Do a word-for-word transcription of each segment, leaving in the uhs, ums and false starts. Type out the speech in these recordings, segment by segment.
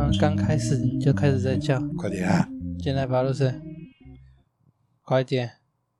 刚刚开始你就开始在叫， 快点啊！ 进来吧，露丝，快点。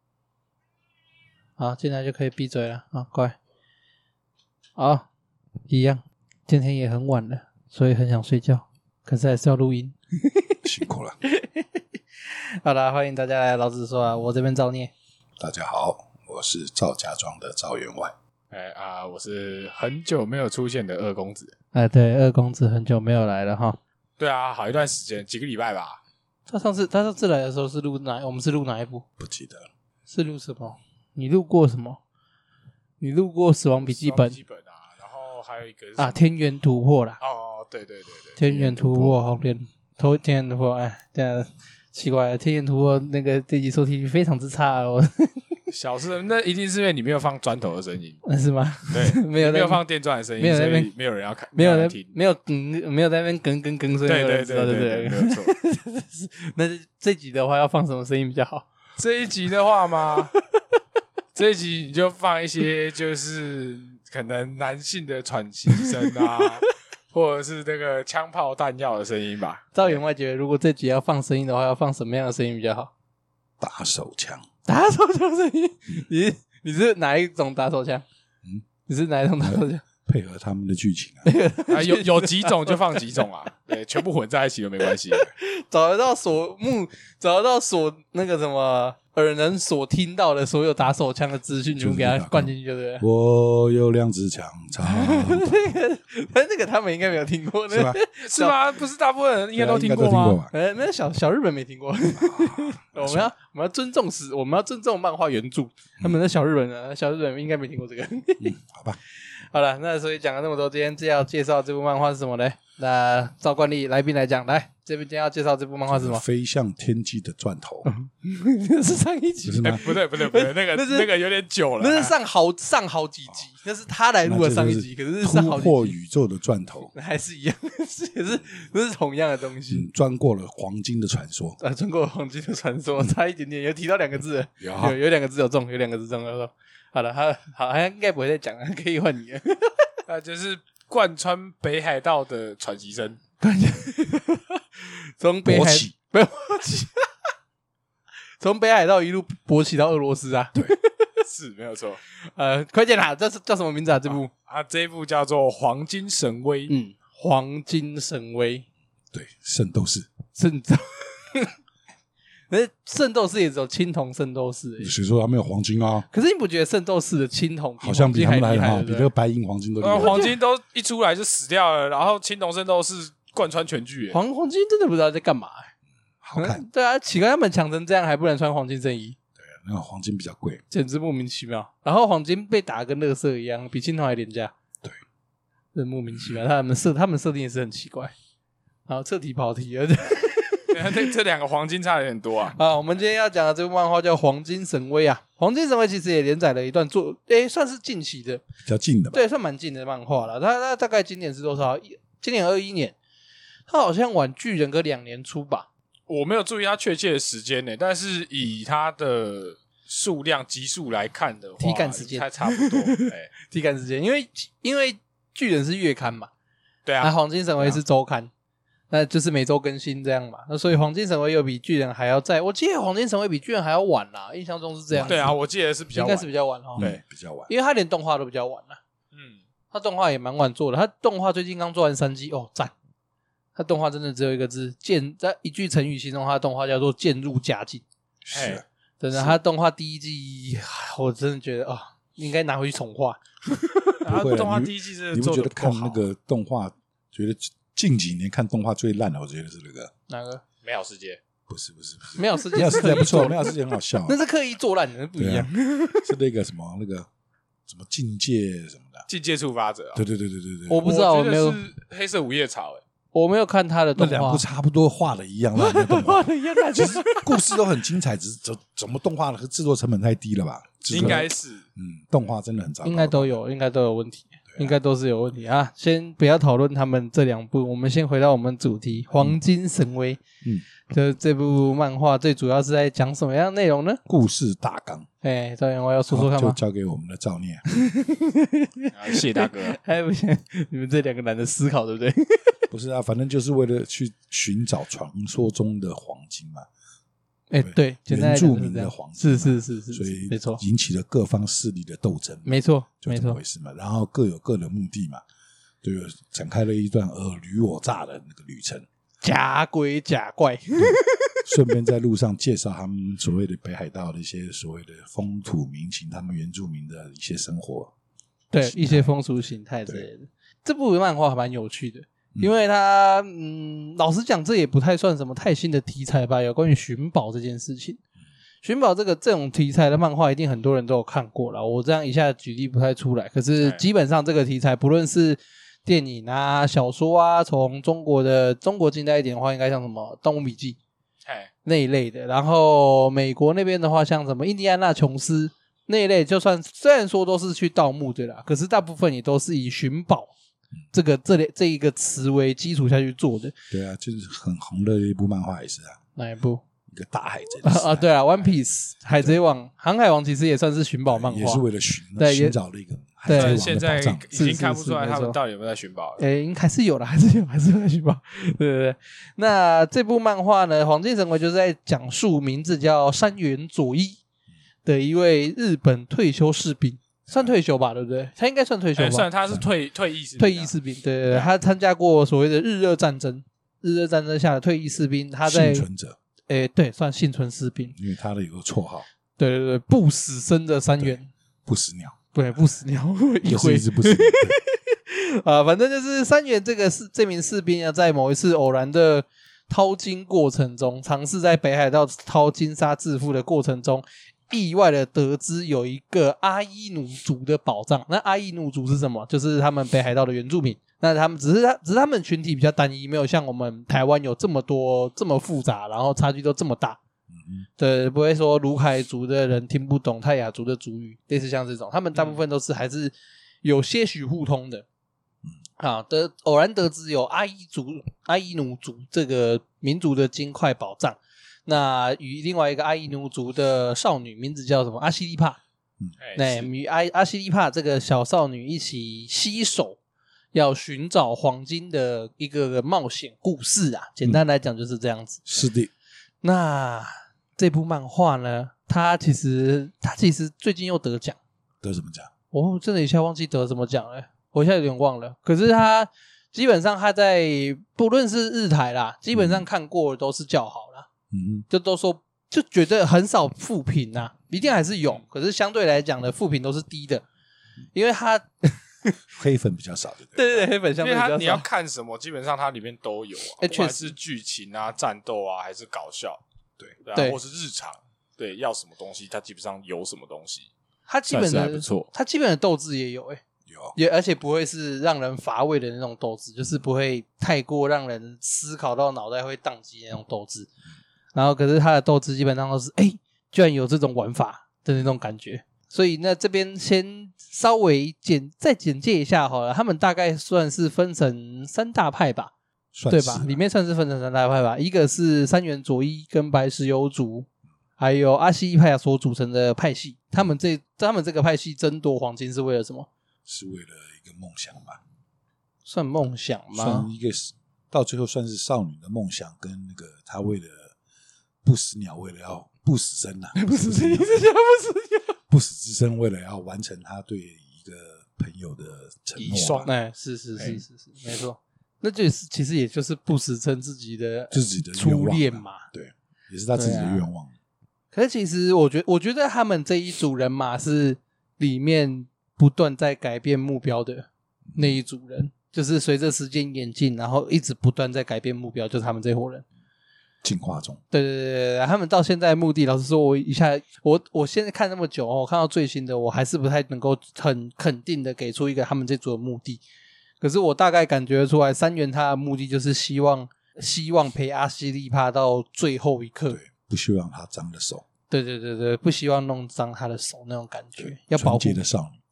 好，进来就可以闭嘴了啊，乖。好，一样，今天也很晚了，所以很想睡觉，可是还是要录音。 辛苦了。 好啦，欢迎大家来老子说啊，我这边造孽。 大家好，我是赵家庄的赵员外。 哎啊，我是很久没有出现的二公子。 哎，对，二公子很久没有来了哈。 对啊，好一段时间，几个礼拜吧。 他上次他上次来的时候是录哪？我们是录哪一部？ 不记得了。 是录什么？你录过什么？你录过《死亡笔记本》 笔记本啊，然后还有一个是啊，《天元突破》啦。 哦，对对对对， 天元突破好连头天元突破，哎，这样奇怪了，天元突破那个这集收听率非常之差哦。 小事，那一定是因为你没有放砖头的声音， 是吗？ 对， 没有没有放电钻的声音， 没有在那边所以没有人要看， 没有在听， 没有梗，没有在那边梗梗梗，所以没对对有人知道， 对对不对？ 对，没有错。 那这集的话要放什么声音比较好？ 这一集的话嘛，这一集你就放一些就是可能男性的喘息声啊，或者是那个枪炮弹药的声音吧。 赵员外觉得，如果这集要放声音的话，要放什么样的声音比较好？ 打手枪， 打手枪声音？你你是哪一种打手枪？ 嗯， 你是哪一种打手枪？ 配合他们的剧情啊。 啊，有有几种就放几种啊，对，全部混在一起都没关系。 找得到所目，找得到所那个什么耳人所听到的所有打手枪的资讯，全部给他灌进去，对不对？ 我有两支枪，长那个，那个他们应该没有听过， 是吧？ 是吗？不是大部分人应该都听过吗？ 呃，那小小日本没听过。我们要我们要尊重史，我们要尊重漫画原著。他们的小日本人，小日本应该没听过这个。 嗯，好吧。 好了，那所以讲了那么多，今天要介绍这部漫画是什么呢？那照惯例，来宾来讲，来这边今天要介绍这部漫画是什么？ 飞向天际的钻头， 是上一集是吗？ 不对不对不对，那个那个有点久了， 那是上好上好几集，那是他来录的上一集，可是上好几集。 突破宇宙的钻头， 还是一样，是也是不是同样的东西？ 嗯，钻过了黄金的传说， 啊，穿过黄金的传说，差一点点，有提到两个字， 有有有两个字有中，有两个字中有中。好了，他好，他应该不会再讲了，可以换你了。 那就是贯穿北海道的喘息声， 从北海起， 不要勃起，从北海道一路勃起到俄罗斯啊！ 对， 是没有错。 呃，快点啦，这是叫什么名字啊？这部啊，这一部叫做《黄金神威》。 嗯，黄金神威， 对，圣斗士， 圣斗。可是圣斗士也只有青铜圣斗士， 谁说他没有黄金啊？ 可是你不觉得圣斗士的青铜好像比他们来的比那个白银黄金都厉害。 呃，黄金都一出来就死掉了，然后青铜圣斗士贯穿全剧。 黄黄金真的不知道在干嘛、欸， 好看。 对啊，奇怪他们强成这样还不能穿黄金圣衣， 对，那个黄金比较贵， 简直莫名其妙。然后黄金被打跟垃圾一样，比青铜还廉价。 对， 这莫名其妙。他们设他们设定也是很奇怪。好，彻底跑题了。 这这两个黄金差的有点多啊！ 啊，我们今天要讲的这部漫画叫《黄金神威》啊，《黄金神威》其实也连载了一段作，诶，算是近期的， 比较近的吧？ 对，算蛮近的漫画了。它它大概今年是多少？今年二一年，它好像晚巨人个两年出吧。 我没有注意它确切的时间呢，但是以它的数量集数来看的话， 体感时间才差不多。哎， 体感时间，因为因为巨人是月刊嘛， 对啊， 那黄金神威是周刊。那就是每周更新这样嘛，那所以黄金神威又比巨人还要在，我记得黄金神威比巨人还要晚啦，印象中是这样。 对啊，我记得是比较晚， 应该是比较晚哈。 对， 比较晚， 因为他连动画都比较晚啦。 嗯， 他动画也蛮晚做的，他动画最近刚做完三季，哦，赞！他动画真的只有一个字，渐，在一句成语形容他的动画叫做渐入佳境。 是， 真的，他动画第一季，我真的觉得啊、哦，应该拿回去重画。 他动画第一季是你不觉得看那那个动画，觉得近几年看动画最烂的，我觉得是那个哪个？ 美好世界？ 不是不是不是， 美好世界， 美好世界不错，美好世界很好笑， 那是刻意做烂的，不一样。 是那个什么那个什么境界什么的， 境界触发者。 对对对对对对， 我不知道，我没有是黑色五叶草，哎， 我没有看他的动画， 那两部差不多画的一样， 画的一样， 其实故事都很精彩，只是怎怎么动画的制作成本太低了吧？ 应该是， 嗯，动画真的很糟糕， 应该都有，应该都有问题。 应该都是有问题啊。先不要讨论他们这两部，我们先回到我们主题《黄金神威》。 嗯， 这这部漫画最主要是在讲什么样的内容呢？ 故事大纲。 哎，赵员外要说说看吗？ 就交给我们的赵念。 谢谢大哥。 还不行，你们这两个男的思考对不对？ 不是啊，反正就是为了去寻找传说中的黄金嘛。 哎，对，简单来原讲是这样住民的黄金是嘛， 是是是， 所以没错， 引起了各方势力的斗争嘛， 没错， 就这没错么回事嘛。然后各有各的目的嘛，对，展开了一段尔虞我诈的那个旅程。 假鬼假怪， 顺便在路上介绍他们所谓的北海道的一些所谓的风土民情，他们原住民的一些生活， 对一些风俗形态之类的。这部漫画还蛮有趣的，因为它嗯，老实讲，这也不太算什么太新的题材吧。有关于寻宝这件事情，寻宝这个这种题材的漫画，一定很多人都有看过啦。我这样一下举例不太出来，可是基本上这个题材，不论是电影啊、小说啊，从中国的中国近代一点的话，应该像什么《动物笔记》那一类的。然后美国那边的话，像什么印第安纳琼斯那一类，就算虽然说都是去盗墓对啦，可是大部分也都是以寻宝这个这类这一个词为基础下去做的。 对啊，就是很红的一部漫画也是啊。 哪一部？ 一个大海贼啊啊，对啊 ，One Piece 海贼王、航海王其实也算是寻宝漫画， 也是为了寻对寻找了一个海贼王的宝藏。 现在已经看不出来他们到底有没有在寻宝了。 诶，还是有的，还是有，还是有在寻宝。对对对。那这部漫画呢，《黄金神威》就是在讲述名字叫山原佐一的一位日本退休士兵，算退休吧，对不对？他应该算退休吧？ 算，他是退退役士兵、啊， 退役士兵。对对对，他参加过所谓的日热战争，日热战争下的退役士兵，他在幸存者。 诶，对，算幸存士兵， 因为他的有个绰号。 对对对，不死身的山原， 不死鸟， 对，不死鸟， 也是一只不死鸟。 啊，反正就是山原这个是这名士兵啊，在某一次偶然的淘金过程中，尝试在北海道淘金沙致富的过程中，意外的得知有一个阿伊努族的宝藏。那阿伊努族是什么？就是他们北海道的原住民。那他们只是只是他们群体比较单一，没有像我们台湾有这么多这么复杂，然后差距都这么大。嗯，对，不会说卢凯族的人听不懂泰雅族的族语，类似像这种，他们大部分都是还是有些许互通的。啊，得偶然得知有阿伊族、阿伊努族这个民族的金块宝藏，那与另外一个阿伊努族的少女，名字叫什么？阿西利帕。 嗯， 那与阿阿西利帕这个小少女一起携手。要寻找黄金的一个冒险故事啊，简单来讲就是这样子。 嗯、是的。 那这部漫画呢，它其实它其实最近又得奖， 得什么奖？ 我真的一下忘记得什么奖了，我一下有点忘了。可是它基本上它在不论是日台啦，基本上看过的都是叫好啦， 嗯， 就都说就觉得很少负评啊，一定还是有，可是相对来讲的负评都是低的，因为它。 黑粉比较少，对不对？对对，黑粉相对比较少。 因为它你要看什么，基本上它里面都有啊， 欸、 不管是剧情啊、战斗啊，还是搞笑，对对、啊、 对， 或是日常，对，要什么东西，它基本上有什么东西。 它基本的还不错， 它基本的斗志也有、欸，哎， 有， 也而且不会是让人乏味的那种斗志，就是不会太过让人思考到脑袋会宕机的那种斗志。嗯、然后，可是它的斗志基本上都是，哎、欸，居然有这种玩法的那种感觉。所以那这边先稍微简再简介一下好了，他们大概算是分成三大派吧，对吧？里面算是分成三大派吧，一个是山原佐一跟白石由族，还有阿西一派所组成的派系。他们这他们这个派系争夺黄金是为了什么？ 是为了一个梦想吧？ 算梦想吗？ 算一个到最后算是少女的梦想，跟那个他为了不死鸟，为了要不死身呐、啊， 不死身，你是讲不死鸟？ 不死之身为了要完成他对一个朋友的承诺， 哎，是是是是是，没错，那就是其实也就是不死身自己的自己的初恋嘛， 对，也是他自己的愿望。 啊、可是其实我觉得，我觉得他们这一组人马是里面不断在改变目标的那一组人，就是随着时间演进，然后一直不断在改变目标，就是他们这伙人。 进化中， 对对对对，他们到现在的目的，老实说，我一下我我现在看那么久，我看到最新的，我还是不太能够很肯定的给出一个他们这组的目的。可是我大概感觉出来，山原他的目的就是希望希望陪阿西利帕到最后一刻， 对，不希望他脏了手， 对对对对，不希望弄脏他的手那种感觉，要保护纯洁的少女。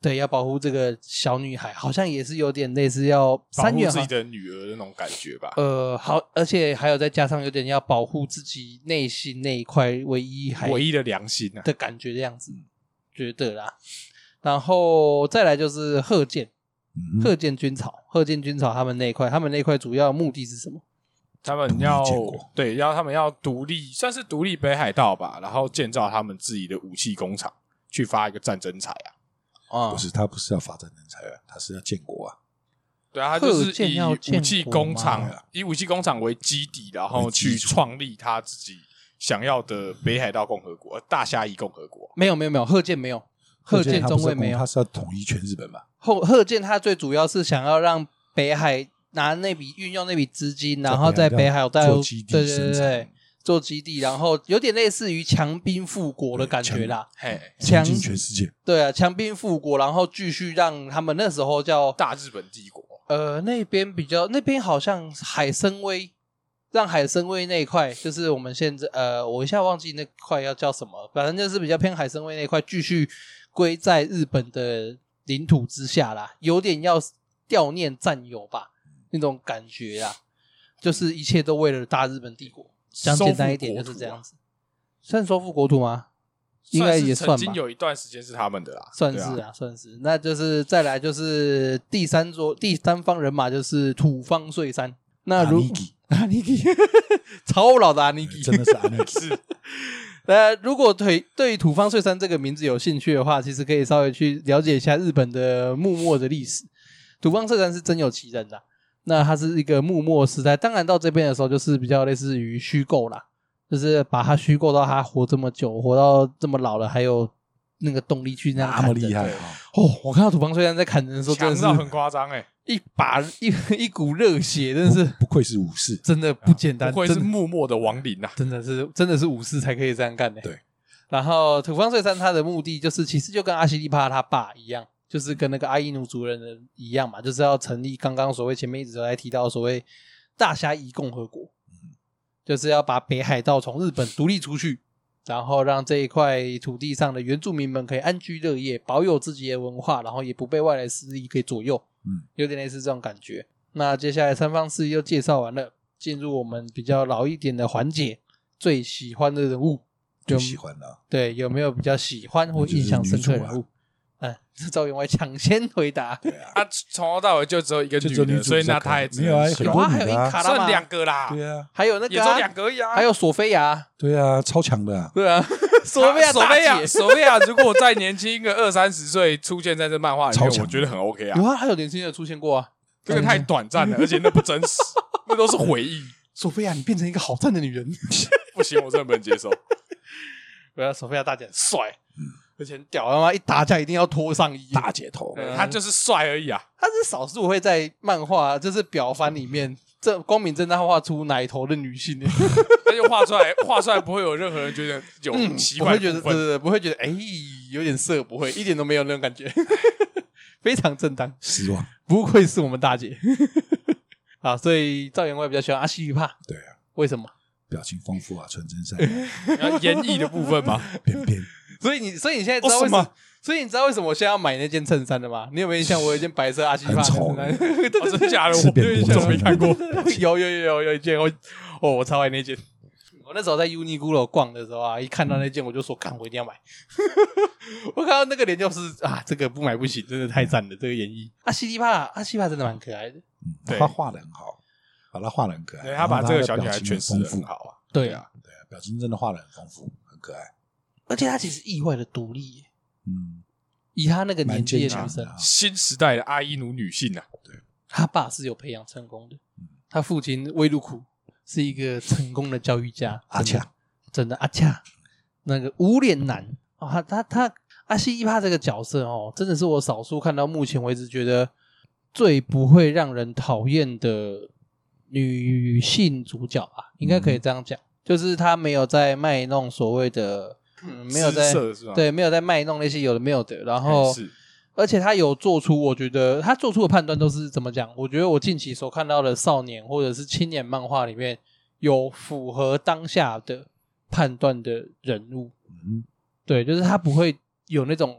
对，要保护这个小女孩，好像也是有点类似要保三月护自己的女儿的那种感觉吧。 呃，好，而且还有再加上有点要保护自己内心那一块唯一还唯一的良心啊的感觉的样子，觉得啦。然后再来就是贺建， 嗯贺建军曹，贺建军曹他们那一块，他们那一块主要目的是什么？ 他们要独立建国对，要他们要独立，算是独立北海道吧，然后建造他们自己的武器工厂，去发一个战争财啊。 啊不是他不是要发战争财啊，他是要建国啊。 对啊，他就是贺建以要建武器国工厂吗， 以武器工厂为基底，然后去为基础创立他自己想要的北海道共和国、大虾夷共和国。 没有没有没有，贺建没有，贺建他不是要中尉没有他。是要统一全日本嘛？ 贺贺建他最主要是想要让北海拿那笔运用那笔资金，然后在北海有带做基地对对生产对对做基地，然后有点类似于强兵复国的感觉啦。 嘿， 强进全世界。 对啊，强兵复国，然后继续让他们那时候叫大日本帝国。 呃那边比较那边好像海参崴，让海参崴那一块，就是我们现在呃我一下忘记那块要叫什么，反正就是比较偏海参崴那一块，继续归在日本的领土之下啦，有点要悼念战友吧那种感觉啦，就是一切都为了大日本帝国。讲简单一点就是这样子，算收复国土吗？应该也算吧。 曾经有一段时间是他们的啦， 算是啊，算是。那就是再来就是第三座第三方人马就是土方岁三。那如阿尼基，超老的阿尼基， 真的是阿尼基。 是。 呃，如果对对于土方岁三这个名字有兴趣的话，其实可以稍微去了解一下日本的幕末的历史。土方岁三是真有其人的。那它是一个幕末时代，当然到这边的时候就是比较类似于虚构啦，就是把它虚构到他活这么久，活到这么老了，还有那个动力去那样那么厉害哦！哦，我看到土方岁三在砍人的时候，真的是很夸张哎， 一把一一股热血，真的是不愧是武士， 真的不简单， 不愧是幕末的亡灵啊！ 真的是真的是武士才可以这样干的。 对， 然后土方岁三他的目的就是，其实就跟阿西利帕他爸一样。就是跟那个阿伊努族人的一样嘛，就是要成立刚刚所谓前面一直都在提到所谓大虾夷共和国，就是要把北海道从日本独立出去，然后让这一块土地上的原住民们可以安居乐业，保有自己的文化，然后也不被外来势力给左右， 嗯， 有点类似这种感觉。那接下来三方四又介绍完了，进入我们比较老一点的环节，最喜欢的人物， 最喜欢的， 对，有没有比较喜欢或印象深刻的人物？嗯，赵员外抢先回答。 对啊， 他从头到尾就只有一个女的，所以那他也没有啊，很多还有一卡拉算两个啦。 对啊， 还有那个也就两个而已啊。 还有索菲亚， 对啊，超强的啊。 对啊，索菲亚索菲亚，索菲亚，如果再年轻个二三十岁出现在这漫画里面，我觉得很 OK 啊。 有啊，还有年轻的出现过啊， 这个太短暂了，而且那不真实，那都是回忆。 索菲亚，你变成一个好赞的女人， 不行，我真的不能接受。 我要索菲亚大姐很帅，而且很屌，他妈一打架一定要脱上衣， 大姐头， 他就是帅而已啊。 他是少数会在漫画就是表番里面这光明正大画出奶头的女性， 而且画出来画出来不会有任何人觉得有奇怪的部分， 不会觉得对对对，不会觉得哎有点色，不会，一点都没有那种感觉，非常正当， 失望， 不愧是我们大姐。啊，所以赵员外比较喜欢阿西里帕， 对啊， 为什么？ 表情丰富啊，纯真善良， 然后演绎的部分嘛， 偏偏。 所以你，所以你现在知道为什么？所以你知道为什么我现在要买那件衬衫的吗？你有没有印象？我有一件白色阿西里帕衬衫， 真的假的？我我怎么没看过？ 有有有有有一件，我哦，我超爱那件。我那时候在 Uniqlo 逛的时候啊，一看到那件我就说，干，我一定要买。我看到那个脸就是啊，这个不买不行，真的太赞了，这个演绎。阿西里帕，阿西里帕真的蛮可爱的， 嗯，他画的很好，把他画的很可爱， 对他把这个小女孩诠释的很好啊， 对啊， 对啊，表情真的画的很丰富，很可爱， 而且他其实意外的独立耶， 嗯， 以他那个年纪的女生， 新时代的阿伊努女性啊， 对， 他爸是有培养成功的，他父亲威鲁库是一个成功的教育家， 阿恰， 真的阿恰，那个无脸男啊、哦，他他他阿西伊帕这个角色哦，真的是我少数看到目前为止觉得最不会让人讨厌的女性主角吧，应该可以这样讲，嗯、就是他没有在卖弄所谓的，嗯，没有在对，没有在卖弄那些有的没有的，然后。而且他有做出，我觉得他做出的判断都是怎么讲？我觉得我近期所看到的少年或者是青年漫画里面有符合当下的判断的人物，嗯，对，就是他不会有那种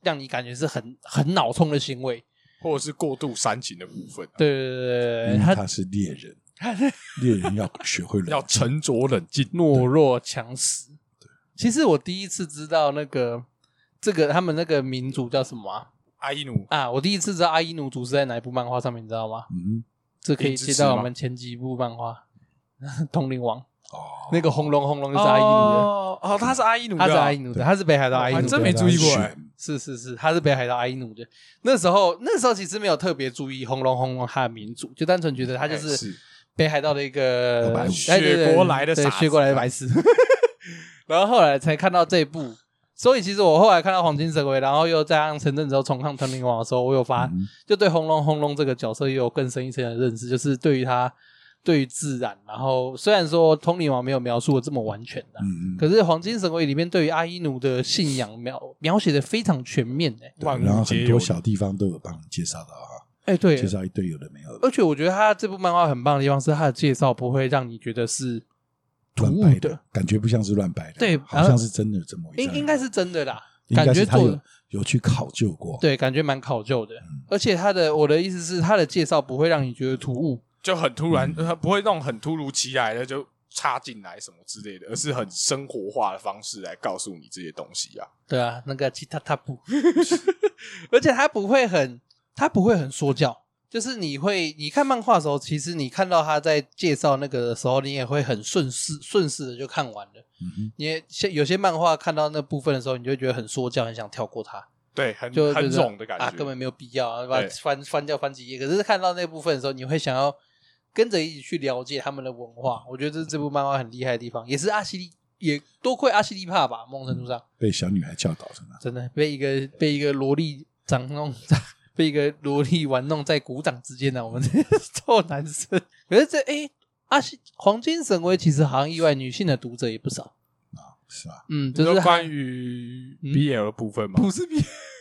让你感觉是很很脑冲的行为， 或者是过度煽情的部分、啊。 对对对对对， 因为他是猎人，猎人要学会冷静， 要沉着冷静， 懦弱强势。其实我第一次知道那个这个他们那个民族叫什么啊？ 阿伊努啊，我第一次知道阿伊努族是在哪一部漫画上面，你知道吗？ 嗯， 这可以接到我们前几部漫画《通灵王》 哦， 那个轰隆轰隆就是阿伊努的。 哦，哦他是阿伊努的、啊， 他是阿伊努的，他是北海道阿伊努的， 还真没注意过哎、欸。 是是是，他是北海道阿伊努的。那时候那时候其实没有特别注意轰隆轰隆他的民族，就单纯觉得他就是北海道的一个白雪国来的傻子， 雪国来的白痴。然后后来才看到这一部，所以其实我后来看到黄金神威，然后又加上前阵子又重看通灵王的时候，我有发、嗯、就对轰隆轰隆这个角色也有更深一层的认识，就是对于他对于自然，然后虽然说通灵王没有描述的这么完全的、啊嗯，可是黄金神威里面对于阿伊努的信仰描描写的非常全面诶、 欸，然后很多小地方都有帮你介绍到啊， 哎、欸，对， 介绍一堆有的没有的， 而且我觉得他这部漫画很棒的地方是他的介绍不会让你觉得是突兀的， 的感觉不像是乱掰的， 对， 好像是真的这么一应应该是真的啦， 感觉他有有去考究过， 对，感觉蛮考究的、嗯，而且他的我的意思是他的介绍不会让你觉得突兀， 就很突然，嗯、不会那种很突如其来的就插进来什么之类的，而是很生活化的方式来告诉你这些东西啊。 对啊，那个其他他不，而且他不会很，他不会很说教。就是你会，你看漫画的时候，其实你看到他在介绍那个的时候，你也会很顺势顺势的就看完了。嗯、你也有些漫画看到那部分的时候，你就会觉得很说教，很想跳过它。 对，很就很冗的感觉啊，根本没有必要啊，把翻翻掉翻几页。可是看到那部分的时候，你会想要跟着一起去了解他们的文化。我觉得这是这部漫画很厉害的地方，也是阿西利，也多亏阿西利帕吧，某种程度上被小女孩教导成了， 真的被一个被一个萝莉掌弄。被一个萝莉玩弄在鼓掌之间呢、啊，我们这些臭男生。可是这哎，阿西黄金神威其实好像意外女性的读者也不少啊，是吧？ 嗯，就是关于 B L 的部分嘛， 不是 B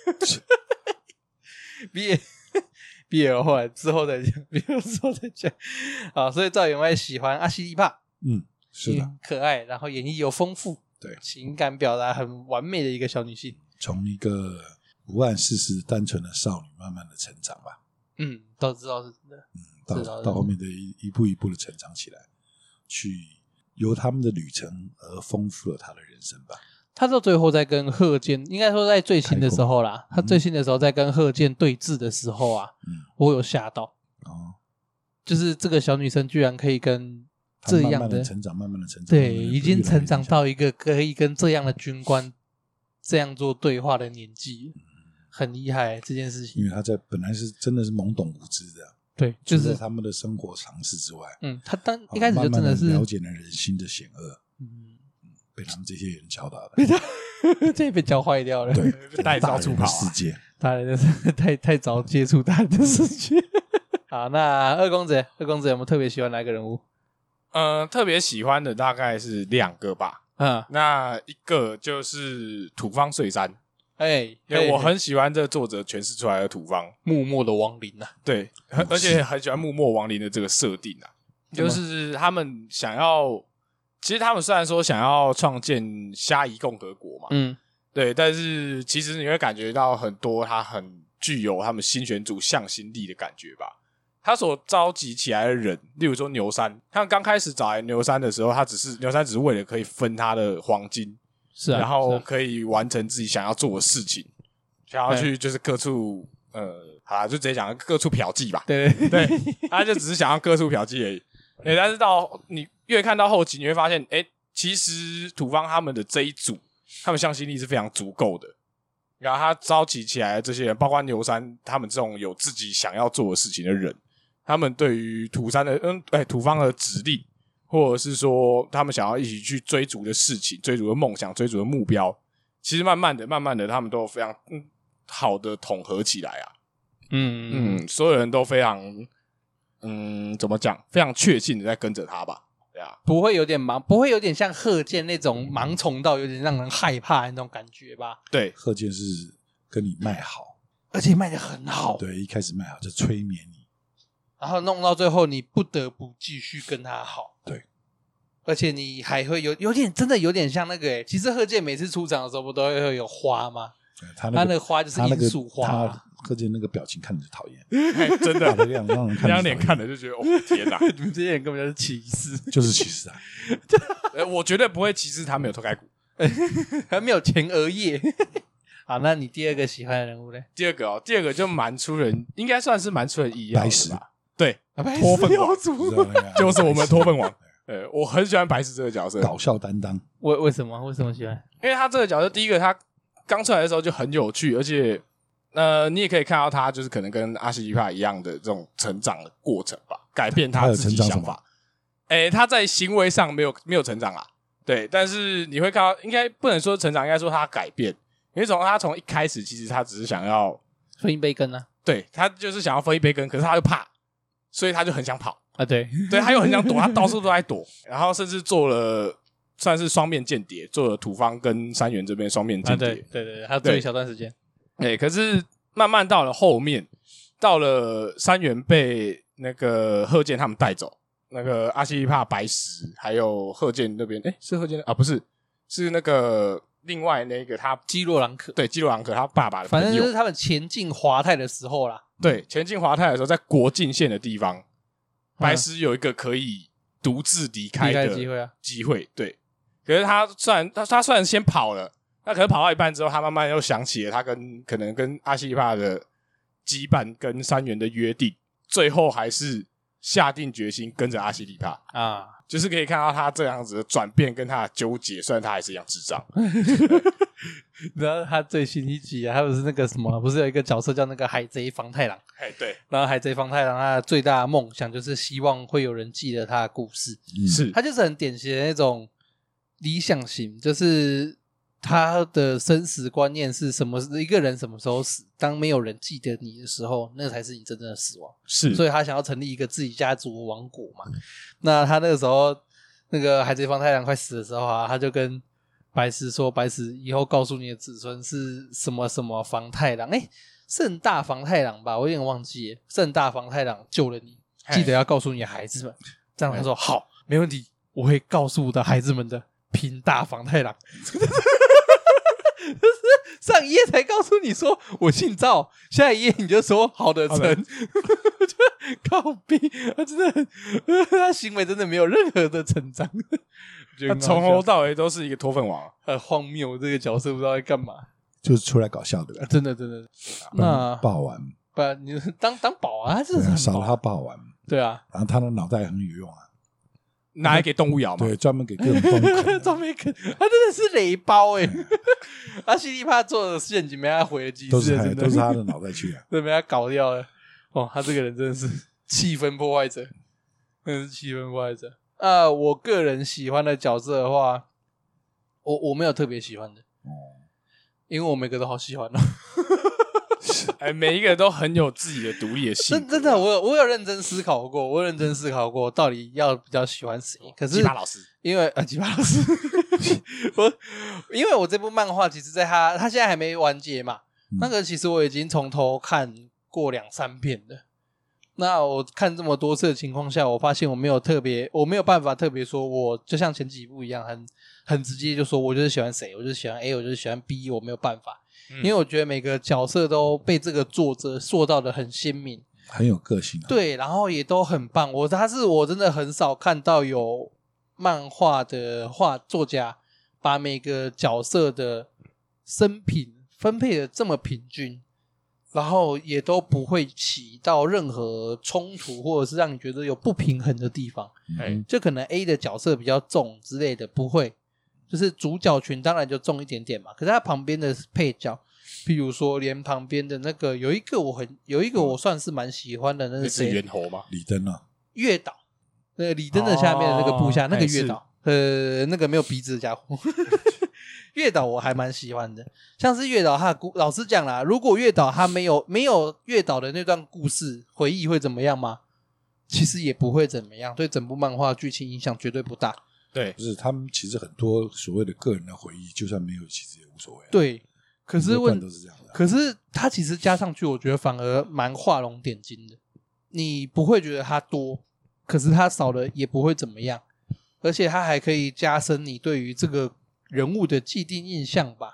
B B L 后来之后再讲 ，B L 之后再讲啊。所以赵员外喜欢阿西利帕， 嗯，是的， 可爱，然后演绎又丰富， 对， 情感表达很完美的一个小女性， 从一个不谙世事、单纯的少女，慢慢的成长吧。 嗯，都知道是真的。 嗯，到到后面的一一步一步的成长起来，去由他们的旅程而丰富了他的人生吧。 他到最后在跟贺建，应该说在最新的时候啦，他最新的时候在跟贺建对峙的时候啊，嗯、我有吓到。哦，就是这个小女生居然可以跟这样的, 慢慢的成长，慢慢的成长， 对，已经成长到一个可以跟这样的军官这样做对话的年纪。很厉害这件事情， 因为他在本来是真的是懵懂无知的， 对，就是除了他们的生活常识之外， 嗯，他当一开始就真的是慢慢了解了人心的险恶，嗯，被他们这些人教导的， 这被教坏掉了， 对， 太早出跑世界， 大人的太太早接触大人的世界。好，那二公子，二公子有没有特别喜欢哪一个人物？ 呃，特别喜欢的大概是两个吧， 嗯， 那一个就是土方岁三。 哎、欸， 因为我很喜欢这作者诠释出来的土方幕末的亡灵啊， 对，而且很喜欢幕末亡灵的这个设定啊，就是他们想要，其实他们虽然说想要创建虾夷共和国嘛，嗯，对，但是其实你会感觉到很多他很具有他们新选组向心力的感觉吧。他所召集起来的人，例如说牛山，他刚开始找来牛山的时候，他只是牛山只是为了可以分他的黄金。 是啊， 然后可以完成自己想要做的事情，想要去就是各处呃，好啦，就直接讲各处嫖妓吧。 对对对，他就只是想要各处嫖妓而已。欸、但是到你越看到后期，你会发现，哎、欸，其实土方他们的这一组，他们向心力是非常足够的。然后他召集起来的这些人，包括牛山他们这种有自己想要做的事情的人，他们对于土山的嗯，哎、欸，土方的指令。或者是说他们想要一起去追逐的事情，追逐的梦想，追逐的目标，其实慢慢的慢慢的他们都非常、嗯、好的统合起来啊。嗯嗯，所有人都非常嗯怎么讲，非常确信的在跟着他吧。对啊， 不会有点盲，不会有点像贺建那种盲从到有点让人害怕的那种感觉吧。 对， 贺建是跟你卖好， 而且卖得很好。 对，一开始卖好就催眠你， 然后弄到最后你不得不继续跟他好。 对， 而且你还会有有点真的有点像那个诶，其实贺建每次出场的时候不都会有花吗？ 他那个他那个花就是罂粟花、啊， 他那个他柯建那个表情看着就讨厌， 哎真的， 那样让人看那张脸看了就觉得哦天哪， 你们这些人根本就是歧视， 就是歧视啊！ 呃我绝对不会歧视他没有头盖骨。 还没有前额叶。好，那你第二个喜欢的人物呢？ 第二个哦，第二个就蛮出人，应该算是蛮出人意料白石的吧？对， 啊、 脱粪王就就是我们脱粪王。呃，我很喜欢白石这个角色， 搞笑担当。 为为什么？为什么喜欢？ 因为他这个角色，第一个他刚出来的时候就很有趣，而且呃，你也可以看到他就是可能跟阿西里帕一样的这种成长的过程吧，改变他自己想法。诶，他在行为上没有没有成长啊，对，但是你会看到，应该不能说成长，应该说他改变。因为从他从一开始，其实他只是想要分一杯羹啊， 对他就是想要分一杯羹，可是他又怕，所以他就很想跑啊，对， 对，他又很想躲，他到处都在躲，然后甚至做了算是双面间谍，做了土方跟山原这边双面间谍， 啊、对对对，他做一小段时间， 对，可是慢慢到了后面，到了山原被那个鹤见他们带走，那个阿西里帕、白石还有鹤见那边，诶是鹤见啊，不是，是那个。另外那个他基洛朗可， 对基洛朗可他爸爸的朋友， 反正就是他们前进华泰的时候啦。 对，前进华泰的时候，在国境线的地方，嗯、白石有一个可以独自离开的机会啊， 机会。对，可是他虽然他他虽然先跑了，那可是跑到一半之后，他慢慢又想起了他跟可能跟阿西里帕的羁绊跟山原的约定，最后还是下定决心跟着阿西里帕啊。 就是可以看到他这样子的转变跟他的纠结，虽然他还是一样智障。 然后他最新一集啊，他不是那个什么，不是有一个角色叫那个海贼房太郎？ 哎，对。 然后海贼房太郎他的最大的梦想就是希望会有人记得他的故事， 嗯、 是他就是很典型的那种理想型，就是他的生死观念是什么？一个人什么时候死？当没有人记得你的时候，那才是你真正的死亡。 是， 所以他想要成立一个自己家族的王国嘛。那他那个时候，那个海贼房太郎快死的时候啊，他就跟白石说：“白石，以后告诉你的子孙是什么什么房太郎？哎，盛大房太郎吧，我有点忘记了。盛大房太郎救了你，记得要告诉你的孩子们。”这样他说：“好，没问题，我会告诉我的孩子们的。”平大房太郎。上一页才告诉你说我姓赵，下一页你就说好的成，靠逼，他真的很，他行为真的没有任何的成长， 他从头到尾都是一个脱粪王， 很荒谬。这个角色不知道在干嘛， 就是出来搞笑的， 啊、真的真的。那不好玩， 不，你当当宝啊，他真的很少了他不好玩， 对啊， 然后他的脑袋很有用啊。 拿来给动物咬嘛？ 对，专门给各种动物啃。 专门啃，他真的是雷包哎、欸！阿西里帕做的陷阱没他回了几次， 都是他都是他的脑袋去啊， 对，被他搞掉了。哦，他这个人真的是气氛破坏者，真的是气氛破坏者。啊、呃，我个人喜欢的角色的话，我我没有特别喜欢的，哦，因为我每个都好喜欢哦。 哎，每一个都很有自己的独立的性格。 真真的，我有我有认真思考过，我有认真思考过到底要比较喜欢谁。可是吉巴老师， 因为啊，吉巴老师，我因为我这部漫画其实在他他现在还没完结嘛，嗯、那个其实我已经从头看过两三遍了。那我看这么多次的情况下，我发现我没有特别，我没有办法特别说，我就像前几部一样，很很直接就说我就是喜欢谁，我就是喜欢 A， 我就是喜欢 B， 我没有办法。因为我觉得每个角色都被这个作者塑造的很鲜明， 很有个性、啊。 对，然后也都很棒。我他是我真的很少看到有漫画的画作家把每个角色的生平分配的这么平均，然后也都不会起到任何冲突或者是让你觉得有不平衡的地方。 嗯， 就可能 A 的角色比较重之类的，不会。就是主角群当然就重一点点嘛，可是他旁边的配角，譬如说连旁边的那个有一个我很有一个我算是蛮喜欢的，那是谁？ 猿猴吗？ 李登啊， 月岛，那个李登的下面的那个部下，哦、那个月岛，呃，那个没有鼻子的家伙，月岛我还蛮喜欢的。像是月岛他的故，老实讲啦，如果月岛他没有没有月岛的那段故事回忆会怎么样吗？其实也不会怎么样，对整部漫画剧情影响绝对不大。 对， 不是他们其实很多所谓的个人的回忆，就算没有，其实也无所谓、啊。 对，可是问都是这样的、啊。 可是他其实加上去，我觉得反而蛮画龙点睛的。你不会觉得它多，可是它少了也不会怎么样，而且它还可以加深你对于这个人物的既定印象吧。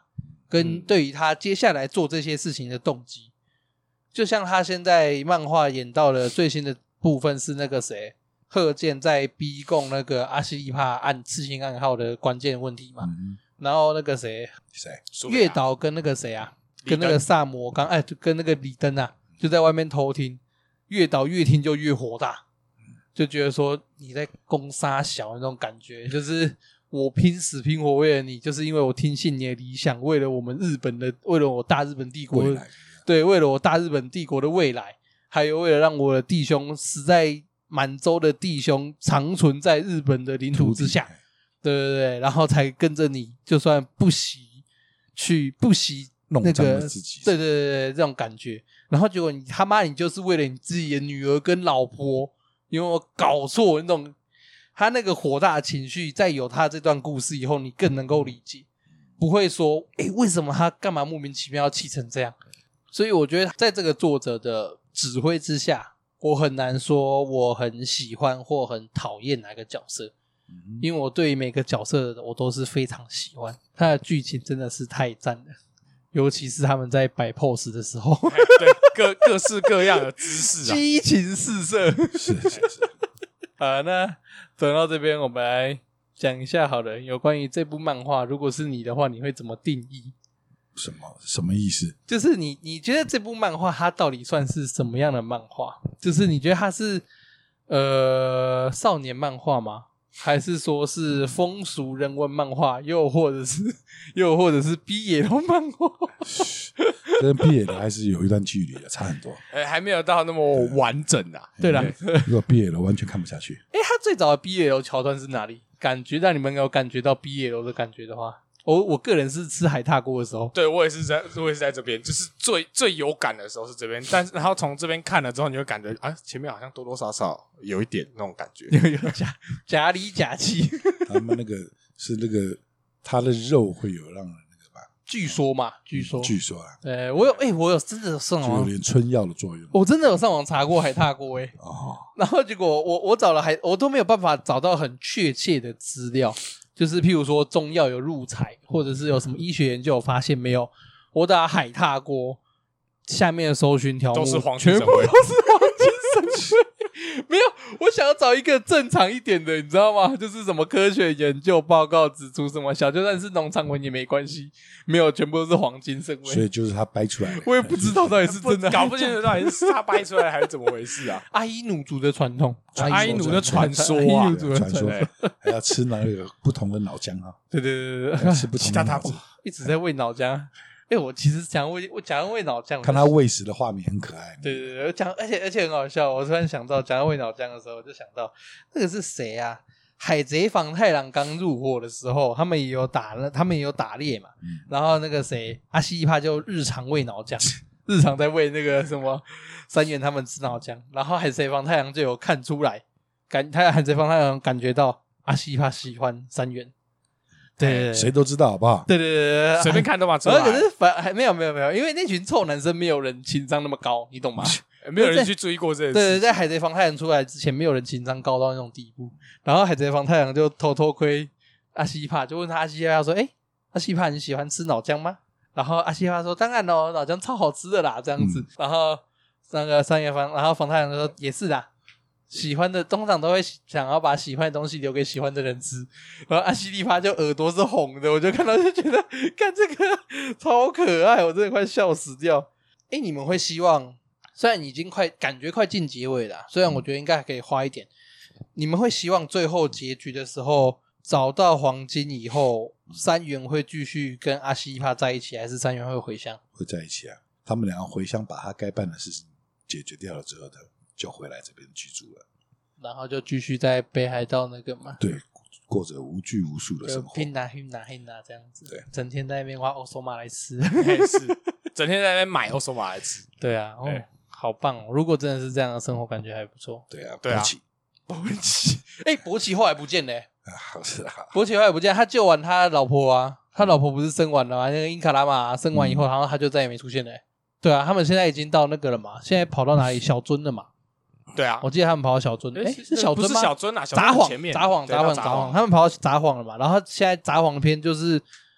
跟对于他接下来做这些事情的动机。就像他现在漫画演到了最新的部分是那个谁贺建在逼供那个阿西利帕暗刺青暗号的关键问题嘛、嗯、然后那个谁谁月岛跟那个谁啊跟那个萨摩刚哎跟那个李登啊就在外面偷听，月岛越听就越火大，就觉得说你在攻杀小那种感觉，就是我拼死拼活为了你，就是因为我听信你的理想，为了我们日本的，为了我大日本帝国的，对，为了我大日本帝国的未来，还有为了让我的弟兄死在满洲的弟兄长存在日本的领土之下，对对对，然后才跟着你，就算不惜去不惜那个，对对对对，这种感觉。然后结果你他妈你就是为了你自己的女儿跟老婆，有没有搞错？那种他那个火大的情绪，在有他这段故事以后，你更能够理解，不会说诶为什么他干嘛莫名其妙要气成这样。所以我觉得在这个作者的指挥之下，我很难说我很喜欢或很讨厌哪个角色，因为我对每个角色我都是非常喜欢，他的剧情真的是太赞了，尤其是他们在摆 pose 的时候， 对，各各式各样的姿势啊， 激情四射。 是是是。 好，那等到这边我们来讲一下好了，有关于这部漫画，如果是你的话，你会怎么定义？ 什么什么意思？ 就是你你觉得这部漫画它到底算是什么样的漫画？就是你觉得它是呃少年漫画吗？还是说是风俗人文漫画，又或者是又或者是 B L 漫画？ 跟 B L 还是有一段距离的，差很多。 哎、欸，还没有到那么完整啊。 对啦， 如果 B L 完全看不下去。 哎、欸，他最早的 B L 桥段是哪里？感觉让你们有感觉到 B L 的感觉的话，我我个人是吃海踏锅的时候， 对我也是在我也是在这边，就是最最有感的时候是这边，但是然后从这边看了之后，你会感觉啊，前面好像多多少少有一点那种感觉， 有有假假里假气。 他们那个是那个他的肉会有让人那个吧？ 据说嘛，据说， 嗯、据说啊， 呃，我有哎、欸，我有真的有上网， 就有点春药的作用。 我真的有上网查过海踏锅哎、欸，哦，然后结果我我找了海，我都没有办法找到很确切的资料。就是譬如说中药有入采，或者是有什么医学研究有发现没有？我打海踏锅下面的搜寻条目都是黄金神全部都是黄金神龟。没有，我想要找一个正常一点的，你知道吗？就是什么科学研究报告指出什么小，就算是农场文也没关系，没有，全部都是黄金神龟。 所以就是他掰出来的， 我也不知道到底是真的， 搞不清楚到底是他掰出来还是怎么回事啊？ 阿伊努族的传统， 阿伊努的传说啊， 阿伊努族的传说，还要吃那个不同的脑浆啊。 对对对对对， 吃不同的脑子， 一直在喂脑浆。哎、欸，我其实想喂，我讲到喂脑浆， 看他喂食的画面很可爱。 对对对，讲而且而且很好笑。我突然想到，讲到喂脑浆的时候，我就想到那个是谁啊？海贼房太郎刚入伙的时候，他们也有打，他们也有打猎嘛。嗯、然后那个谁，阿西一帕就日常喂脑浆，日常在喂那个什么三元他们吃脑浆。然后海贼房太郎就有看出来，感他海贼房太郎感觉到阿西一帕喜欢三元。对, 对, 对， 谁都知道好不好？ 对对对对， 随便看都嘛出来。 可是反还没有没有没有，因为那群臭男生没有人情商那么高，你懂吗？ 没有人去注意过这件事。 对对，在海贼房太阳出来之前，没有人情商高到那种地步。然后海贼房太阳就偷偷窥阿西帕，就问他阿西帕说：“哎、欸，阿西帕你喜欢吃脑浆吗？”然后阿西帕说：“当然咯，脑浆超好吃的啦。”这样子，嗯、然后那个三叶房，然后房太阳说：“也是啦。”喜欢的通常都会想要把喜欢的东西留给喜欢的人吃，然后阿西利帕就耳朵是红的，我就看到就觉得看这个超可爱，我真的快笑死掉。诶，你们会希望虽然已经快感觉快进结尾了、啊、虽然我觉得应该还可以花一点，你们会希望最后结局的时候找到黄金以后三元会继续跟阿西利帕在一起，还是三元会回乡？ 会在一起啊，他们两个回乡把他该办的事情解决掉了之后的就回来这边居住了，然后就继续在北海道那个嘛， 对，过着无拘无束的生活， 拼拿拼拿拼拿这样子， 对， 整天在那边挖欧索马来吃， 是，整天在那边买欧索马来吃， 对啊，哦，好棒哦！如果真的是这样的生活，感觉还不错。 对啊， 对啊， 博奇，哎，博奇后来不见了、欸， 啊，是啊， 博奇后来不见，他救完他老婆啊，他老婆不是生完了吗？那个英卡拉玛生完以后，嗯、然后他就再也没出现了、欸。对啊，他们现在已经到那个了嘛，现在跑到哪里？小樽了嘛。 对啊， 我记得他们跑到小樽，哎，是小樽吗？ 不是小樽啊， 札幌， 前面札幌，札幌，札幌，他们跑到札幌了嘛。然后现在札幌篇就是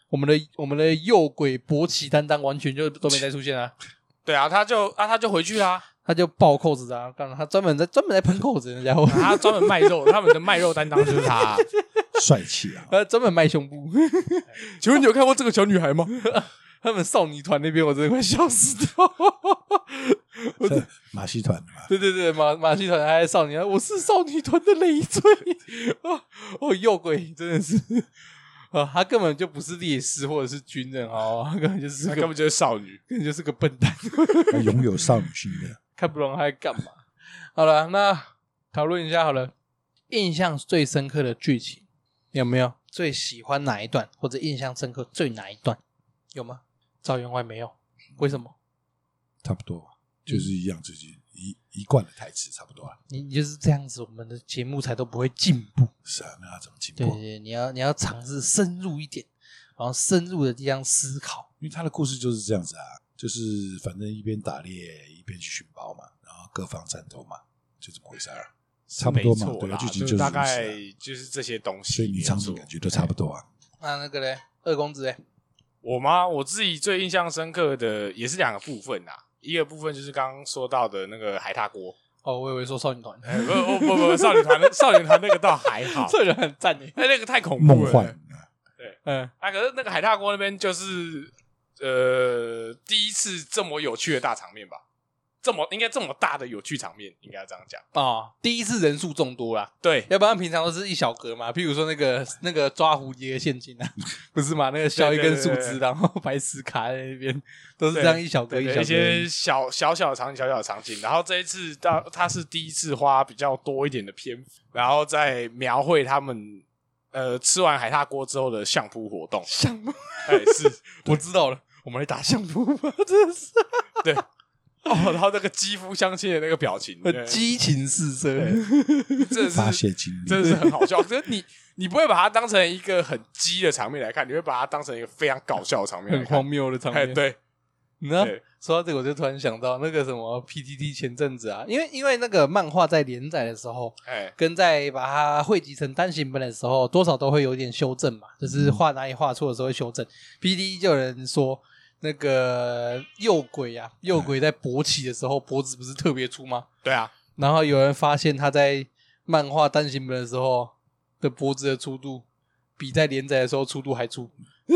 我们的我们的诱鬼勃起担当完全就都没再出现啊。 对啊，他就啊他就回去啦， 他就爆扣子啊，干他专门在专门在喷扣子，那家伙， 他专门卖肉，他们的卖肉担当就是他、啊， 帅气啊！ 他专门卖胸部。 请问你有看过这个小女孩吗？ 他们少女团那边我真的快笑死掉。 是马戏团的嘛？ 对对对，马马戏团还是少女团，我是少女团的累赘啊！哦，诱鬼真的是啊，他根本就不是烈士或者是军人哦，他根本就是个他根本就是少女， 根本就是个笨蛋， 他拥有少女心的。 看不懂他在干嘛。好了，那讨论一下好了，印象最深刻的剧情有没有？最喜欢哪一段，或者印象深刻最哪一段有吗？赵员外没有，为什么？ 差不多，就是一样，就是一一贯的台词，差不多啊。 你你就是这样子，我们的节目才都不会进步。 是啊，那要怎么进步？ 对对对，你要你要尝试深入一点，然后深入的地方思考。 因为他的故事就是这样子啊，就是反正一边打猎一边去寻宝嘛，然后各方战斗嘛，就这么回事啊。差不多嘛，对啊，剧情就是大概就是这些东西， 所以你场景感觉都差不多啊。 那那个嘞，二公子嘞， 我吗？我自己最印象深刻的也是两个部分啊，一个部分就是刚刚说到的那个海獭锅。 哦，我以为说少女团， 欸、不不不不，少女团少女团那个倒还好， 少女团很赞诶， 哎，那个太恐怖了， 梦幻。 对， 嗯， 啊，可是那个海獭锅那边就是呃第一次这么有趣的大场面吧。这么应该这么大的有趣场面，应该这样讲啊、哦！第一次人数众多啦， 对， 要不然平常都是一小格嘛。譬如说那个那个抓蝴蝶的陷阱啊，不是嘛？那个削一根树枝，然后白石卡在那边，都是这样一小格一小格。 一些小小小的场景，小小的场景。然后这一次到他是第一次花比较多一点的篇幅，然后再描绘他们呃吃完海獭锅之后的相扑活动。 相扑， 哎，是我知道了，我们来打相扑吧，真的是对。哦，然后那个肌肤相亲的那个表情， 很激情四射， 真的是发泄精力， 真的是很好笑。可是你你不会把它当成一个很激的场面来看，你会把它当成一个非常搞笑的场面来看， 很荒谬的场面。 对， 你知道说到这个，我就突然想到那个什么 P T T 前阵子啊，因为因为那个漫画在连载的时候， 哎， 跟在把它汇集成单行本的时候，多少都会有点修正嘛，就是画哪里画错的时候会修正。P T T 就有人说。那个诱鬼啊，诱鬼在勃起的时候脖子不是特别粗吗？ 对啊， 然后有人发现他在漫画单行本的时候的脖子的粗度比在连载的时候粗度还粗。 因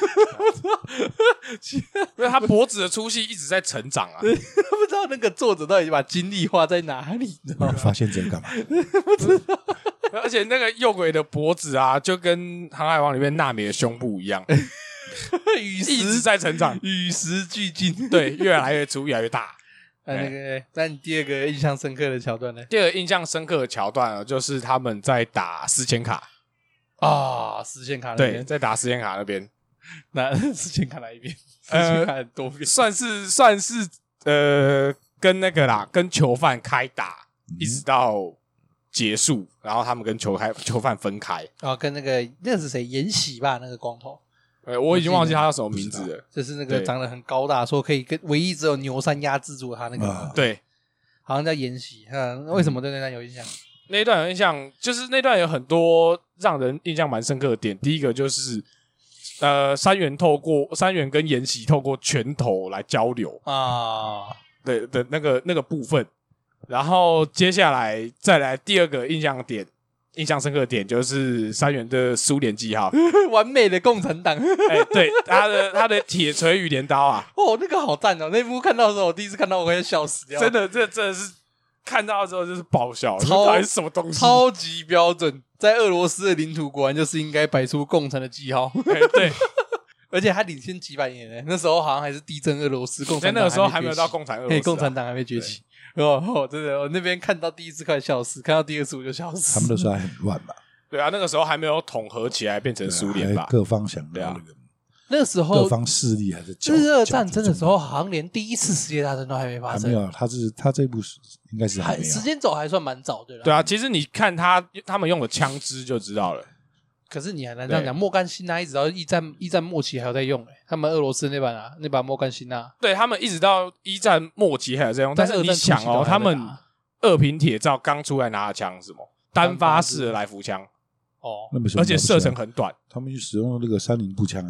为他脖子的粗细一直在成长啊， 不知道那个作者到底把精力花在哪里，你知道吗？ 发现这个干嘛？ 不知道。 而且那个诱鬼的脖子啊，就跟《航海王》里面娜美的胸部一样。 与一直在成长， 与时俱进， 对，越来越粗，越来越大。 那那个，那你第二个印象深刻的桥段呢？ 第二个印象深刻的桥段啊，就是他们在打时间卡啊，时间卡那边， 对，在打时间卡那边， 那时间卡哪一边？时间卡很多边， 算是算是呃，跟那个啦，跟囚犯开打，嗯、一直到结束，然后他们跟囚开囚犯分开。 哦，跟那个那是谁？延禧吧，那个光头。 呃，我已经忘记他叫什么名字了， 就是那个长得很高大，说可以跟唯一只有牛山压制住他那个， 啊、对， 好像叫延禧。嗯，为什么对那段有印象？ 那一段有印象，就是那段有很多让人印象蛮深刻的点。第一个就是呃，山原透过山原跟延禧透过拳头来交流啊， 对的那个那个部分。然后接下来再来第二个印象点。印象深刻的点就是山原的苏联记号， 完美的共产党。 哎、欸，对，他的他的铁锤与镰刀啊， 哦，那个好赞哦！那部看到的时候，我第一次看到，我快笑死掉了。 真的，这真的是看到之后就是爆笑， 超到底是什么东西？ 超级标准，在俄罗斯的领土果然就是应该摆出共产的记号。 欸、对， 而且还领先几百年呢。那时候好像还是地震俄罗斯，共产党那个时候还没有到共产俄罗斯、啊， 共产党还没崛起。哦哦，真的，我那边看到第一次快笑死，看到第二次我就笑死。 他们那时候还很乱吧？ 对啊，那个时候还没有统合起来变成苏联吧？ 各方想要那个， 那个时候各方势力还是日俄战争的时候，好像连第一次世界大战都还没发生。 还没有，他是他这部应该是还没有， 时间轴还算蛮早的啦。 对啊，其实你看他他们用的枪支就知道了。 可是你还能这样讲，莫甘辛纳一直到一战一战末期还有在用、欸、他们俄罗斯那把啊，那把莫甘辛纳， 对他们一直到一战末期还有在用。但是你想哦，他们二平铁照刚出来拿的枪是什么？单发式的来福枪。哦，而且射程很短， 他们使用那个三零步枪哎，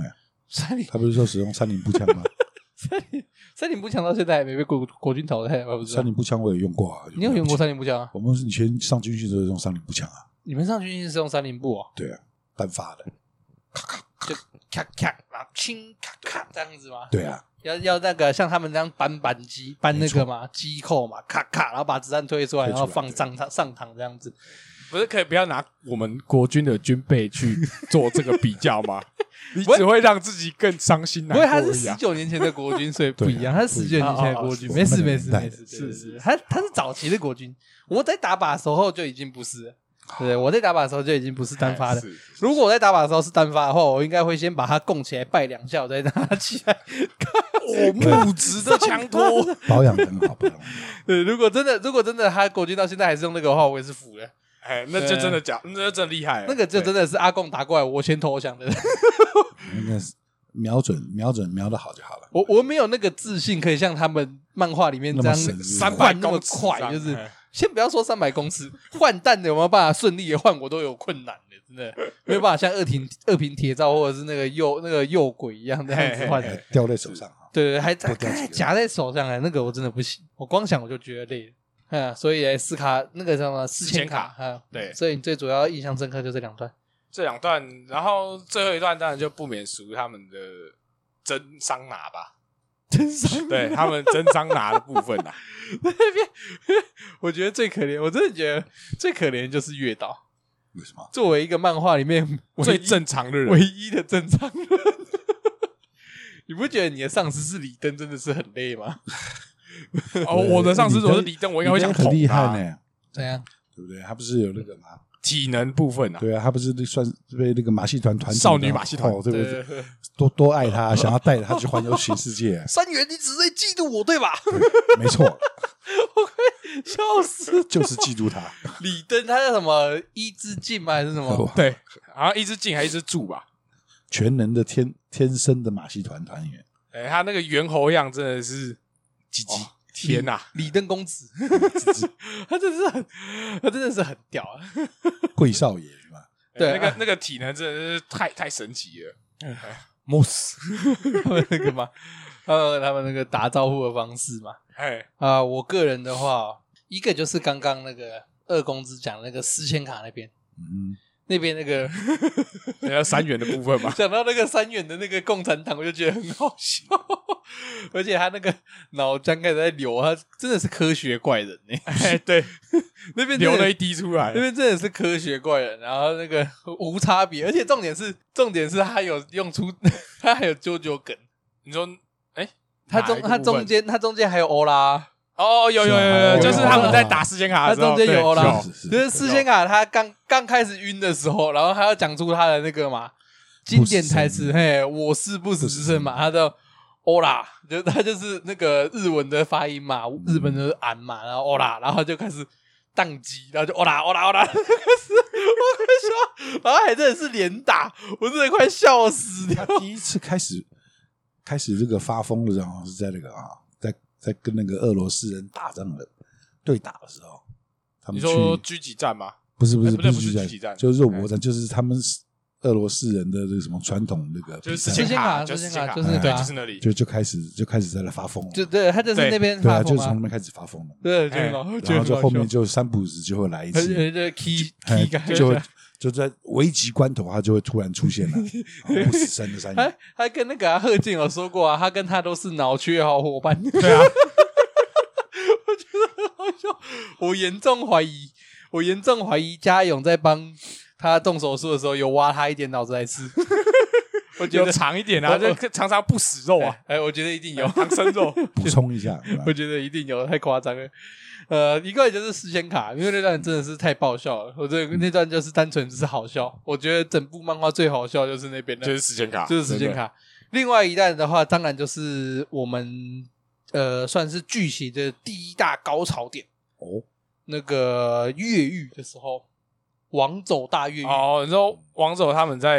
三菱他不是说使用三菱步枪吗？ 三菱三菱步枪到现在还没被国国军淘汰，我不知道。 三菱步枪我有用过啊， 你有用过三菱步枪啊？ 我们以前上军训都是用三菱步枪啊。 你们上军训是用三菱步哦？ 对啊，单发的， 就咔咔，然后轻咔咔这样子吗？ 对啊， 要要那个像他们这样扳扳机扳那个嘛机扣嘛，咔咔，然后把子弹推出来，然后放上膛上膛这样子。 不是可以不要拿我们国军的军备去做这个比较吗？你只会让自己更伤心难过而已啊。 不过他是十九年前的国军，所以不一样。他是十九年前的国军，没事没事没事，是是，他他是早期的国军。我在打靶的时候就已经不是了，对，我在打靶的时候就已经不是单发的。如果我在打靶的时候是单发的话，我应该会先把它供起来拜两下，我再拿起来。 哦，木质的枪托， 保养很好，保养很好。 对，如果真的如果真的他国军到现在还是用那个的话，我也是服了。 哎，那就真的假，那就真的厉害了。 那个就真的是阿贡打过来，我先投降的。 那个瞄准瞄准瞄得好就好了。 我我没有那个自信，可以像他们漫画里面这样三换那么百公尺快，就是先不要说三百公尺，换弹的有没有办法顺利的换，我都有困难的，真的没有办法像二平二平铁罩或者是那个右那个右轨一样这样子换的， 掉在手上啊。 对对，还还夹在手上，那个我真的不行，我光想我就觉得累了。嗯，所以斯卡那个叫什么四千卡，啊， 对， 所以你最主要印象深刻就这两段， 这两段，然后最后一段当然就不免属他们的真桑拿吧， 真桑， 对他们真桑拿的部分啊， 那边我觉得最可怜，我真的觉得最可怜的就是月岛， 为什么？ 作为一个漫画里面最正常的人， 唯一的正常人，你不觉得你的上司是李登真的是很累吗？ 哦，我的上司如果是李登，我应该会想很厉害呢。 怎样？ 对不对？他不是有那个吗？ 体能部分啊， 对啊，他不是算被那个马戏团团少女马戏团， 对不对？多多爱他，想要带着他去环游全世界。 三元，你只是嫉妒我对吧？ 没错， 我快笑死， 就是嫉妒他。 李登他叫什么？一之镜吗？还是什么？ 对，好像一只镜还是一只柱吧？ 全能的天天生的马戏团团员。 哎，他那个猿猴样真的是。鸡鸡，天哪！ 李登公子，他真的是很，他真的是很屌啊！ 贵少爷是吧？ 对，那个那个体能真的是太太神奇了。 莫斯，他们那个嘛，呃，他们那个打招呼的方式嘛， 哎啊，我个人的话，一个就是刚刚那个二公子讲那个四千卡那边，嗯。那边那个那个三元的部分嘛， 讲到那个三元的那个共产党，我就觉得很好笑，而且他那个脑浆开始在流，他真的是科学怪人呢、欸。 哎，对， 那边流了一滴出来， 那边真的是科学怪人，然后那个无差别，而且重点是重点是他有用出，他还有啾啾梗。 你说，哎、欸， 他中他中间他中间还有欧拉。 哦，有有有有，就是他们在打四千卡的时候， 他中间有啦， 是就是四千卡，他刚刚开始晕的时候，然后他要讲出他的那个嘛经典台词，嘿，我是不死之身嘛，他叫欧拉，就他就是那个日文的发音嘛，日本的俺嘛，然后欧拉，然后就开始宕机，然后就欧拉欧拉欧拉，开始我快笑，然后还真的是连打，我真的快笑死掉。 他第一次开始开始这个发疯的时候是在那个啊。在跟那个俄罗斯人打仗的对打的时候，他们你说狙击战吗？ 不是不是、 欸、不是不是狙击战， 就是肉搏战，就是他们俄罗斯人的这个什么传统那个， 就是四千卡， 四千卡，就是对，就是那里， 就就开始就开始在那发疯了， 就对他就是那边发疯、啊， 对啊，就是从那边开始发疯了， 对，就然后然后就后面就三不五时就会来一次， 就 key key 就会。就在危急关头，他就会突然出现了，不死身的三元。 他跟那个贺建有说过啊，他跟他都是脑缺好伙伴。 对啊， 我觉得很好笑。我严重怀疑，我严重怀疑嘉勇在帮他动手术的时候，有挖他一点脑子来吃。我觉得长一点啊，就常常不死肉啊。 哎，我觉得一定有唐僧肉， 补充一下。 我觉得一定有，太夸张了。呃，一个就是四千卡，因为那段真的是太爆笑了。我这那段就是单纯只是好笑。我觉得整部漫画最好笑就是那边的， 就是四千卡， 就是四千卡。另外一段的话，当然就是我们呃算是剧情的第一大高潮点哦，那个越狱的时候，王走大越狱哦，你说王走他们在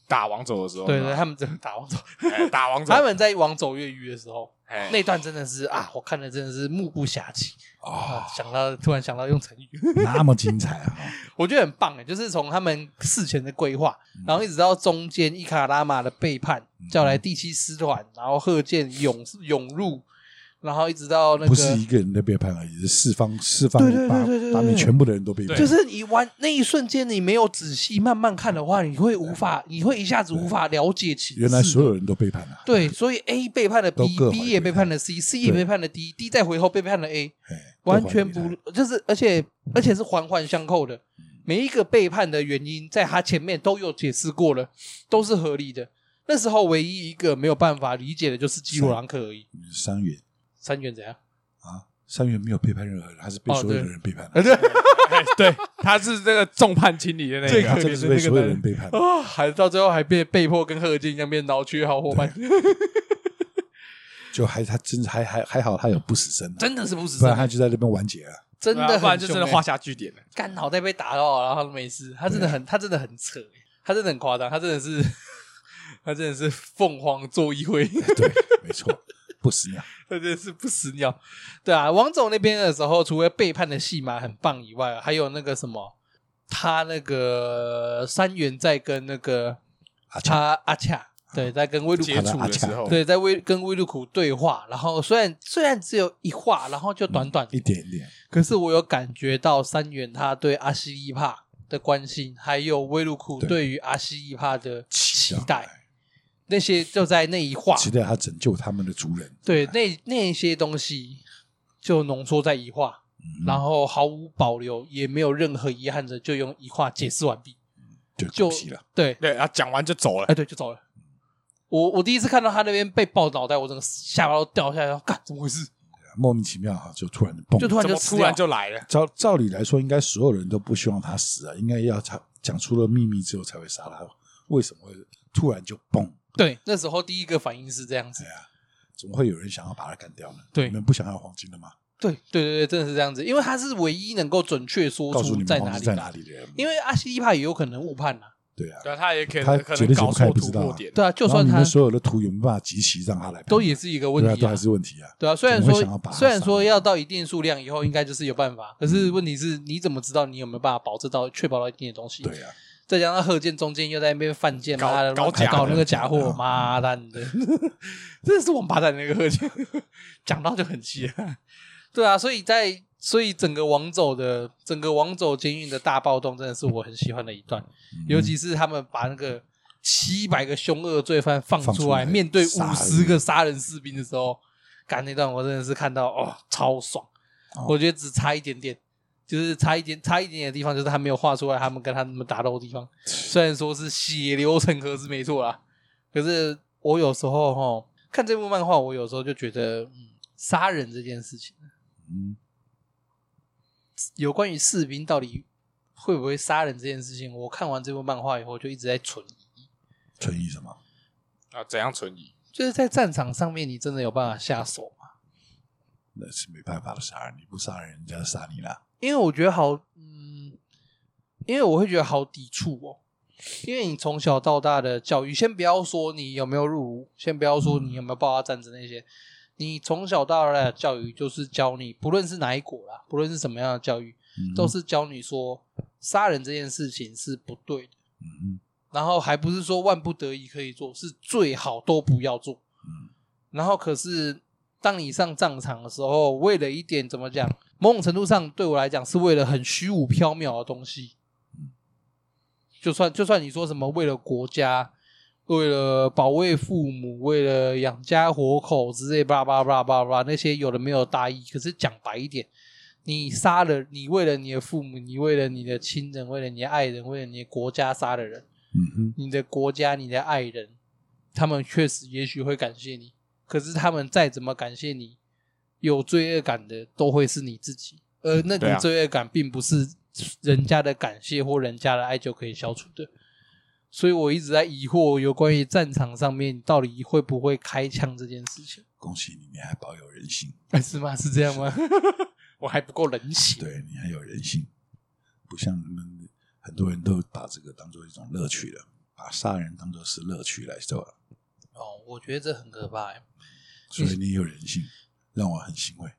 打王走的时候， 对对，他们真的打王走， 哎打王走， 他们在王走越狱的时候， 哎那段真的是啊，我看的真的是目不暇接哦啊，想到突然想到用成语， 那么精彩啊！ 我觉得很棒哎，就是从他们事前的规划，然后一直到中间伊卡拉玛的背叛，叫来第七师团，然后贺建涌涌入。然后一直到那个不是一个人的背叛而已，是四方四方对对对把对对对把你全部的人都背叛， 就是你完那一瞬间，你没有仔细慢慢看的话，你会无法，你会一下子无法了解情势。 原来所有人都背叛了。 对，所以 A 背叛了 B，B 也背叛了 C，C 也背叛了 D，D 再回头背叛了 A， 完全不就是，而且而且是环环相扣的。每一个背叛的原因，在他前面都有解释过了，都是合理的。那时候唯一一个没有办法理解的就是基罗朗可而已。 三元， 三元怎样？ 啊，三元没有背叛任何人，他是被所有的人背叛了。 哦、对， 对，他是这个众叛亲离的那个， 最可怜的是被所有人背叛啊，还到最后还被被迫跟贺建一样变脑缺好伙伴。 就还他真还还还好，他有不死身， 真的是不死身， 不然他就在那边完结了。 真的很、欸， 不然就真的画下句点了。 干脑袋被打到，然后都没事。他真的很，他真的很扯，他真的很夸张，他真的是，他真的是凤凰座议会。 对，没错，不死鸟， 他真的是不死鸟。对啊，王总那边的时候，除了背叛的戏码很棒以外，还有那个什么，他那个三元在跟那个他阿恰。对，在跟威鲁接触的时候， 对，在威跟威鲁库对话，然后虽然虽然只有一话，然后就短短、 嗯、一点点， 可是我有感觉到三元他对阿西利帕的关心，还有威鲁库对于阿西利帕的期待，那些就在那一话， 期待他拯救他们的族人。 对，那那些东西就浓缩在一话、嗯，然后毫无保留，也没有任何遗憾的，就用一话解释完毕， 就就息了。 对对，他讲完就走了， 哎，对，就走了。我我第一次看到他那边被爆脑袋，我整个下巴都掉下来，干怎么回事？ 莫名其妙哈，就突然蹦， 就突然就突然就来了。 照照理来说，应该所有人都不希望他死啊，应该要讲讲出了秘密之后才会杀他。为什么会突然就蹦？ 对，那时候第一个反应是这样子。 对啊，怎么会有人想要把他干掉呢？ 对， 你们不想要黄金的吗？ 对对对对，真的是这样子，因为他是唯一能够准确说出在哪里在哪里的人。 因为阿西利帕也有可能误判啊。 对啊， 对啊，他也可能他可能搞错突破点。 对啊，就算他你们所有的图有没有办法集齐让他来， 都也是一个问题、啊， 对啊，都还是问题啊。 对啊，虽然说虽然说要到一定数量以后，应该就是有办法，可是问题是你怎么知道你有没有办法保证到确保到一定的东西？ 对啊， 再加上贺建中间又在那边犯贱，妈的搞搞那个假货，妈蛋的，真的是王八蛋那个贺建，讲到就很气啊。对啊，所以在。所以整个王走的整个王走监狱的大暴动真的是我很喜欢的一段、嗯、尤其是他们把那个七百个凶恶罪犯放出来, 出来面对五十个杀人士兵的时候，干那段我真的是看到哦超爽、哦、我觉得只差一点点，就是差一点差一点点的地方就是他没有画出来他们跟他们打斗的地方，虽然说是血流成河是没错啦，可是我有时候齁看这部漫画我有时候就觉得嗯杀人这件事情嗯有关于士兵到底会不会杀人这件事情，我看完这部漫画以后就一直在存疑。 存疑什么？ 啊，怎样存疑？ 就是在战场上面，你真的有办法下手吗？ 那是没办法的杀人，你不杀人，人家杀你啦。 因为我觉得好，嗯，因为我会觉得好抵触哦。因为你从小到大的教育，先不要说你有没有入伍，先不要说你有没有爆发战争那些。你从小到大的教育就是教你，不论是哪一国啦，不论是什么样的教育、嗯、都是教你说杀人这件事情是不对的、嗯、然后还不是说万不得已可以做，是最好都不要做、嗯、然后可是当你上战场的时候，为了一点怎么讲，某种程度上对我来讲是为了很虚无缥缈的东西、嗯、就算就算你说什么为了国家，为了保卫父母，为了养家活口之类巴拉巴拉巴拉那些有的没有大意，可是讲白一点，你杀了你为了你的父母，你为了你的亲人，为了你的爱人，为了你的国家杀了人、嗯哼，你的国家你的爱人他们确实也许会感谢你，可是他们再怎么感谢你，有罪恶感的都会是你自己，而那个罪恶感并不是人家的感谢或人家的爱就可以消除的。所以我一直在疑惑有关于战场上面到底会不会开枪这件事情。 恭喜你，你还保有人性。 是吗？是这样吗？我还不够人性。 对，你还有人性，不像你们很多人都把这个当作一种乐趣了。 把杀人当作是乐趣来做了。 哦，我觉得这很可怕欸。 所以你有人性，让我很欣慰。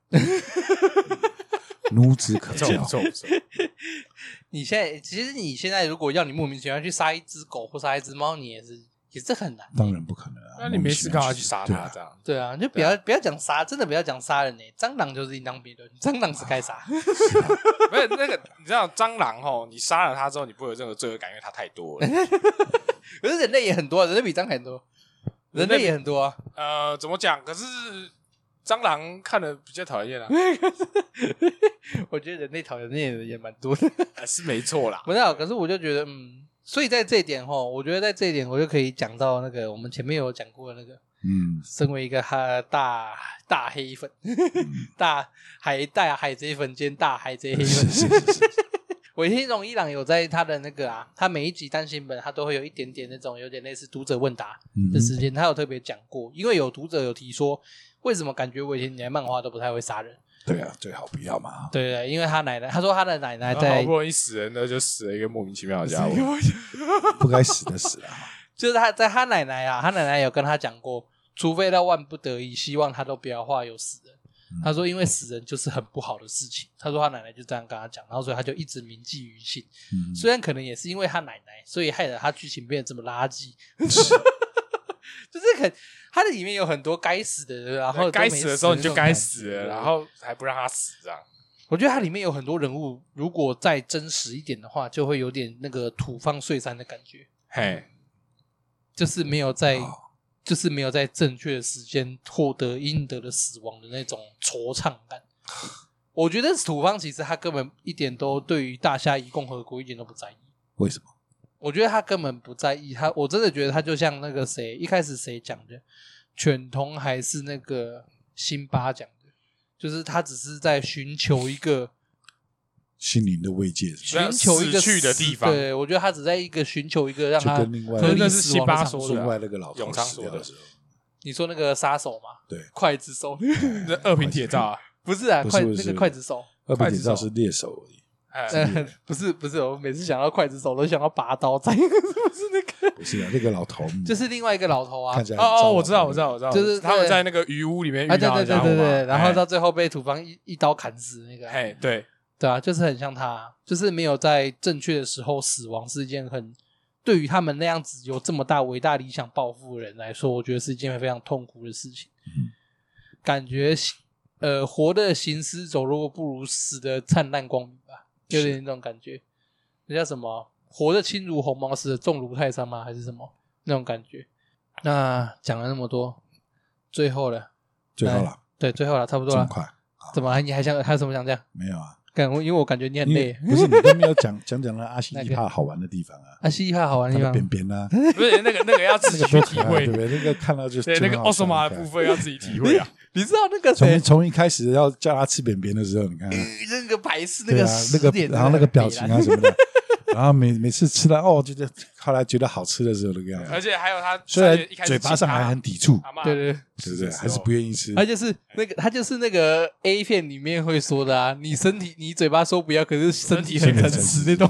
孺子可教。 你现在其实你现在如果要你莫名其妙去杀一只狗或杀一只猫，你也是也是很难。 当然不可能啊！ 那你没事干嘛去杀它？这样对啊，就不要不要讲杀，真的不要讲杀人呢。蟑螂就是另当别论，蟑螂是该杀。 不是那个，你知道蟑螂吼，你杀了它之后，你不会有任何罪恶感，因为它太多了。 可是人类也很多，人类比蟑螂很多，人类也很多啊。 呃，怎么讲？可是蟑螂看了比较讨厌啊。 我觉得人类讨厌的人也蛮多的， 是没错啦。 不知道，可是我就觉得，嗯，所以在这一点吼，我觉得在这一点，我就可以讲到那个我们前面有讲过的那个， 嗯， 身为一个哈大大黑粉，大海大海贼粉兼大海贼黑粉。 是是是。 尾田荣一郎有在他的那个啊，他每一集单行本他都会有一点点那种有点类似读者问答的时间，他有特别讲过，因为有读者有提说，为什么感觉尾田你的漫画都不太会杀人？ 对啊，最好不要嘛。 对对，因为他奶奶，他说他的奶奶在好不容易死人了，就死了一个莫名其妙的家伙， 不该死的死啊。 就是他在他奶奶啊，他奶奶有跟他讲过，除非到万不得已，希望他都不要画有死人。他说因为死人就是很不好的事情，他说他奶奶就这样跟他讲，然后所以他就一直铭记于心、嗯、虽然可能也是因为他奶奶所以害得他剧情变得这么垃圾就是很他的里面有很多该死的人，然后该死的时候你就该死了，然后还不让他死这样。 我觉得它里面有很多人物如果再真实一点的话，就会有点那个土方岁三的感觉， 嘿， 就是没有在、哦就是没有在正确的时间获得应得的死亡的那种惆怅感。我觉得土方其实他根本一点都对于大虾夷共和国一点都不在意。 为什么？ 我觉得他根本不在意，他我真的觉得他就像那个谁一开始谁讲的，犬童还是那个辛巴讲的，就是他只是在寻求一个心灵的慰藉， 寻求一个死去的地方。 对，我觉得他只在一个寻求一个让他就跟另外合理死亡死亡的场所。 另外那个老头死掉的时候， 你说那个杀手嘛？ 对， 刽子手， 那二平铁罩啊？ 不是啊， 不是不是筷那个刽子手， 二平铁罩是猎手而已。 呃，不是不是，我每次想到刽子手都想到拔刀仔，不是那个， 不是啊，那个老头就是另外一个老头啊。 看起来哦哦，我知道我知道我知道， 就是他们在那个鱼屋里面遇到的，对对对对对，然后到他最后被土方一一刀砍死那个， 哎，对对啊，就是很像他，就是没有在正确的时候死亡，是一件很对于他们那样子有这么大伟大理想抱负的人来说，我觉得是一件非常痛苦的事情。嗯、感觉呃，活的行尸走肉不如死的灿烂光明吧。有点那种感觉，那叫什么？活得轻如鸿毛，死得重如泰山吗？还是什么那种感觉？那讲了那么多，最后了， 最后了， 对，最后了，差不多了。 这么快？ 怎么？你还想还有什么想讲？ 没有啊， 干，因为我感觉你很累。 不是，你都没有讲讲讲了阿西伊帕好玩的地方啊？ 阿西伊帕好玩的地方， 边边啊， 不是那个那个要自己去体会， 对不对？那个看到就对那个奥索玛的部分要自己体会啊。 你知道那个从从一开始要叫他吃扁扁的时候，你看那个排斥那个那个，然后那个表情啊什么的，然后每每次吃到哦，觉得后来觉得好吃的时候那个样子， 而且还有他虽然嘴巴上还很抵触， 对对对不对？还是不愿意吃。 他就是那个他就是那个 A 片里面会说的啊，你身体你嘴巴说不要，可是身体很诚实那种，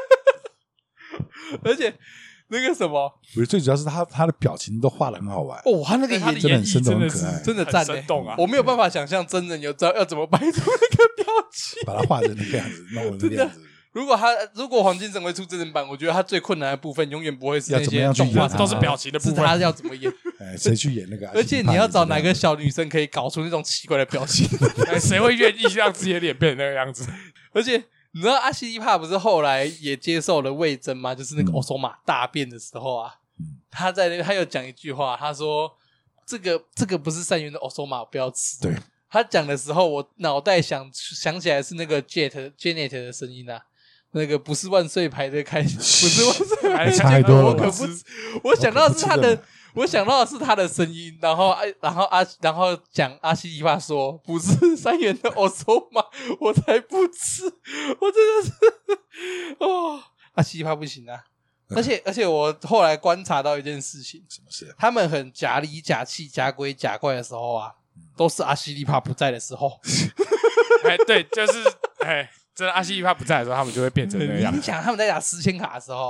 而且。那个什么， 不是最主要是他他的表情都画得很好玩哦，他那个演真的很生动很可爱， 真的赞欸啊！ 我没有办法想象真人有知道要怎么摆出那个表情， 把他画成那个样子，弄成那个样子。 如果他如果黄金神会出真人版，我觉得他最困难的部分永远不会是那些动画， 都是表情的部分， 是他要怎么演？ 哎，谁去演那个？ 而且你要找哪个小女生可以搞出那种奇怪的表情？ 谁会愿意让自己的脸变成那个样子？ 而且。你知道阿西伊帕不是后来也接受了魏征吗？就是那个欧索玛大便的时候啊，嗯、他在那个他有讲一句话，他说：“这个这个不是善缘的欧索玛，不要吃。” 对， 他讲的时候，我脑袋想想起来是那个 Jet Janet 的声音啊，那个不是万岁牌的开，不是万岁牌的太多了， 我可不，我想到的是他的。我想到的是他的声音，然后然后阿然后讲阿西伊帕说不是三元的欧索玛，我才不吃，我真的是哦，阿西伊帕不行啊！而且而且我后来观察到一件事情， 什么事？ 他们很假里假气、假鬼假怪的时候啊，都是阿西伊帕不在的时候。 哎，对，就是哎，真的阿西伊帕不在的时候，他们就会变成那个样子。 你想他们在打四千卡的时候。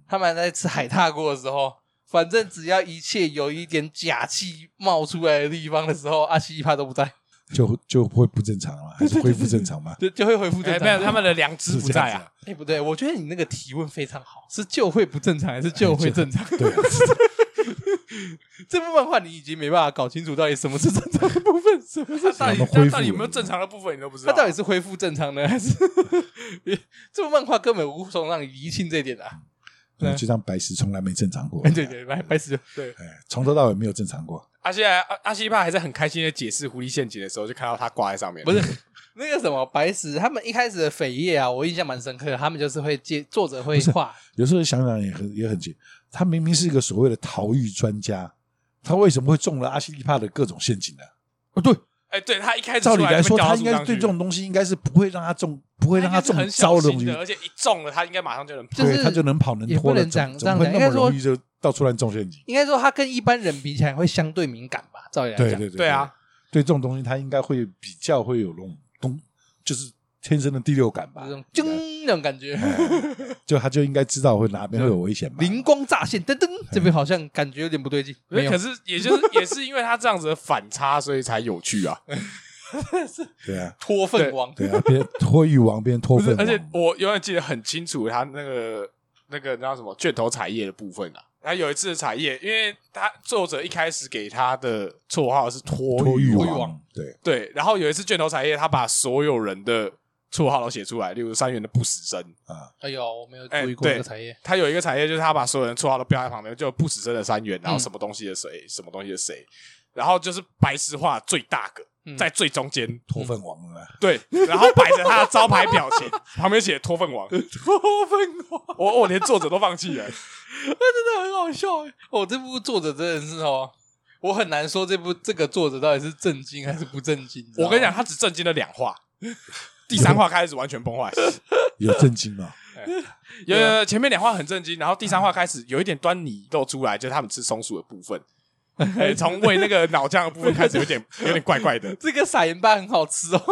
他们在吃海獭锅的时候，反正只要一切有一点假气冒出来的地方的时候，阿西一帕都不在， 就就会不正常了，还是恢复正常吗？ 就就会恢复正常。 没有，他们的良知不在啊。 哎，不对，我觉得你那个提问非常好，是就会不正常还是就会正常？ 对啊。 这部漫画你已经没办法搞清楚到底什么是正常的部分，什么是到底它到底有没有正常的部分，你都不知道。 它到底是恢复正常呢，还是这部漫画根本无从让你厘清这一点啊？ 嗯、就像白石从来没正常过， 对对，白白石对， 哎，从头到尾没有正常过。 阿西阿阿西帕还在很开心的解释狐狸陷阱的时候，就看到他挂在上面。 不是那个什么白石，他们一开始的扉页啊，我印象蛮深刻的。他们就是会借作者会画， 有时候想想也很也很解。他明明是一个所谓的逃狱专家，他为什么会中了阿西利帕的各种陷阱呢？ 哦，对，哎，对他一开始照理来说，他应该对这种东西应该是不会让他中，不会让他中招的东西， 而且一中了，他应该马上就能跑， 对，他就能跑能拖了。 也不能讲这样讲， 应该说就到处乱中陷阱。 应该说他跟一般人比起来会相对敏感吧？照理来讲， 对对对对啊， 对这种东西他应该会比较会有那种东，就是天生的第六感吧， 这种啾那种感觉， 就他就应该知道会哪边会有危险吧。 灵光乍现，噔噔，这边好像感觉有点不对劲。没有， 可是也就是也是因为他这样子的反差，所以才有趣啊。 对啊， 脱粪王， 对啊，变脱狱王变脱粪王。 而且我永远记得很清楚，他那个那个叫什么卷头彩页的部分啊。他有一次的彩页，因为他作者一开始给他的绰号是脱狱王， 对对。然后有一次卷头彩页，他把所有人的绰号都写出来，例如三元的不死身啊。 哎呦，我没有注意过这个彩页。 欸、他有一个彩页，就是他把所有人绰号都标在旁边，就不死身的三元，然后什么东西的谁，嗯、什么东西的谁，然后就是白石画最大个。嗯、在最中间， 脱粪王了， 对，然后摆着他的招牌表情，旁边写脱粪王，脱粪王，我我连作者都放弃了， 那真的很好笑哎！哦，这部作者真的是哦，我很难说这部这个作者到底是震惊还是不震惊。 我跟你讲，他只震惊了两话，第三话开始完全崩坏， 有震惊吗？ 有有前面两话很震惊，然后第三话开始有一点端倪露出来，就是他们吃松鼠的部分。哎，从喂那个脑浆的部分开始，有点有点怪怪的。 这个撒盐巴很好吃哦。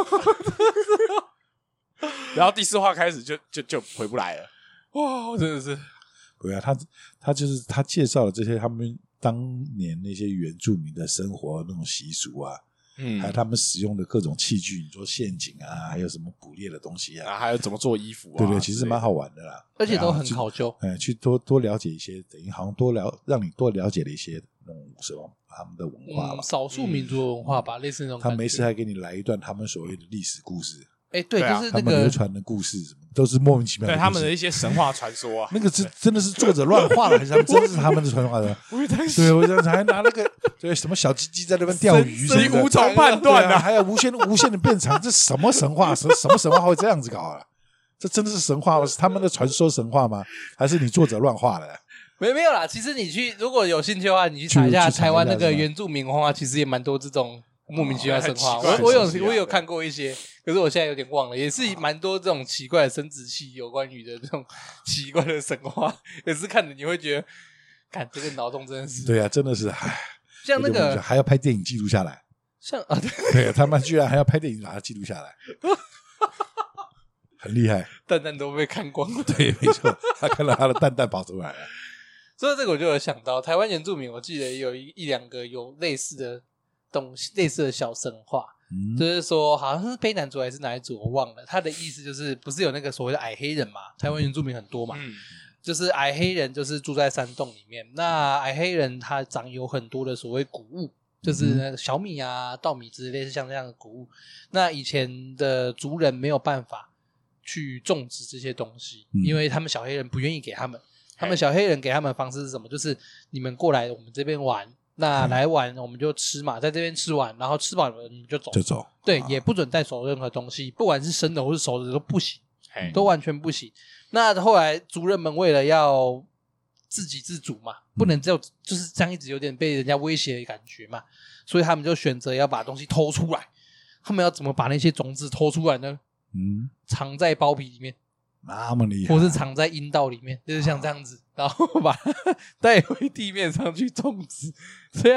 然后第四话开始就就就回不来了。 哇，真的是。 对啊，他他就是他介绍了这些他们当年那些原住民的生活那种习俗啊，嗯，还有他们使用的各种器具，你说陷阱啊，还有什么捕猎的东西啊， 啊还有怎么做衣服啊， 对对，其实蛮好玩的啦， 而且都很考究。 哎，去多多了解一些，等于好像多了让你多了解了一些那种什么他们的文化吧， 嗯、少数民族的文化吧，嗯、类似那种。 他没事还给你来一段他们所谓的历史故事。 哎，对， 对啊、 就是那个他们流传的故事，什么都是莫名其妙的。 对他们的一些神话传说啊， 那个是真的是作者乱画的，还是他们真的是他们的传话的？对，我这样还拿那个对什么小鸡鸡在那边钓鱼什么的， 无从判断啊，还有无限无限的变长，这什么神话？什什么神话会这样子搞啊？这真的是神话吗？是他们的传说神话吗？还是你作者乱画的？ 没没有啦，其实你去如果有兴趣的话，你去查一下台湾那个原住民文化，其实也蛮多这种莫名其妙的神话。我我有我有看过一些，可是我现在有点忘了，也是蛮多这种奇怪的生殖器有关于的这种奇怪的神话，也是看着你会觉得，看这个脑洞真的是对啊，真的是唉， 像那个还要拍电影记录下来， 像啊对对，他们居然还要拍电影把它记录下来。很厉害， 蛋蛋都被看光了。 对，没错，他看到他的蛋蛋跑出来了。 所以这个我就有想到，台湾原住民，我记得有一一两个有类似的东西，类似的小神话，嗯、就是说好像是卑南族还是哪一族，我忘了。他的意思就是，不是有那个所谓的矮黑人嘛？台湾原住民很多嘛，嗯、就是矮黑人就是住在山洞里面。那矮黑人他长有很多的所谓谷物。就是那个小米啊、稻米之类，是像这样的谷物。那以前的族人没有办法去种植这些东西，嗯、因为他们小黑人不愿意给他们。他们小黑人给他们的方式是什么？就是你们过来我们这边玩，那来玩我们就吃嘛，在这边吃完，然后吃饱了你们就走， 就走。 对，啊、也不准带走任何东西，不管是生的或是熟的都不行，都完全不行。那后来族人们为了要自给自足嘛，不能就就是这样一直有点被人家威胁的感觉嘛，所以他们就选择要把东西偷出来。他们要怎么把那些种子偷出来呢？嗯，藏在包皮里面， 那么厉害， 或是藏在阴道里面，就是像这样子，然后把它带回地面上去种植。虽然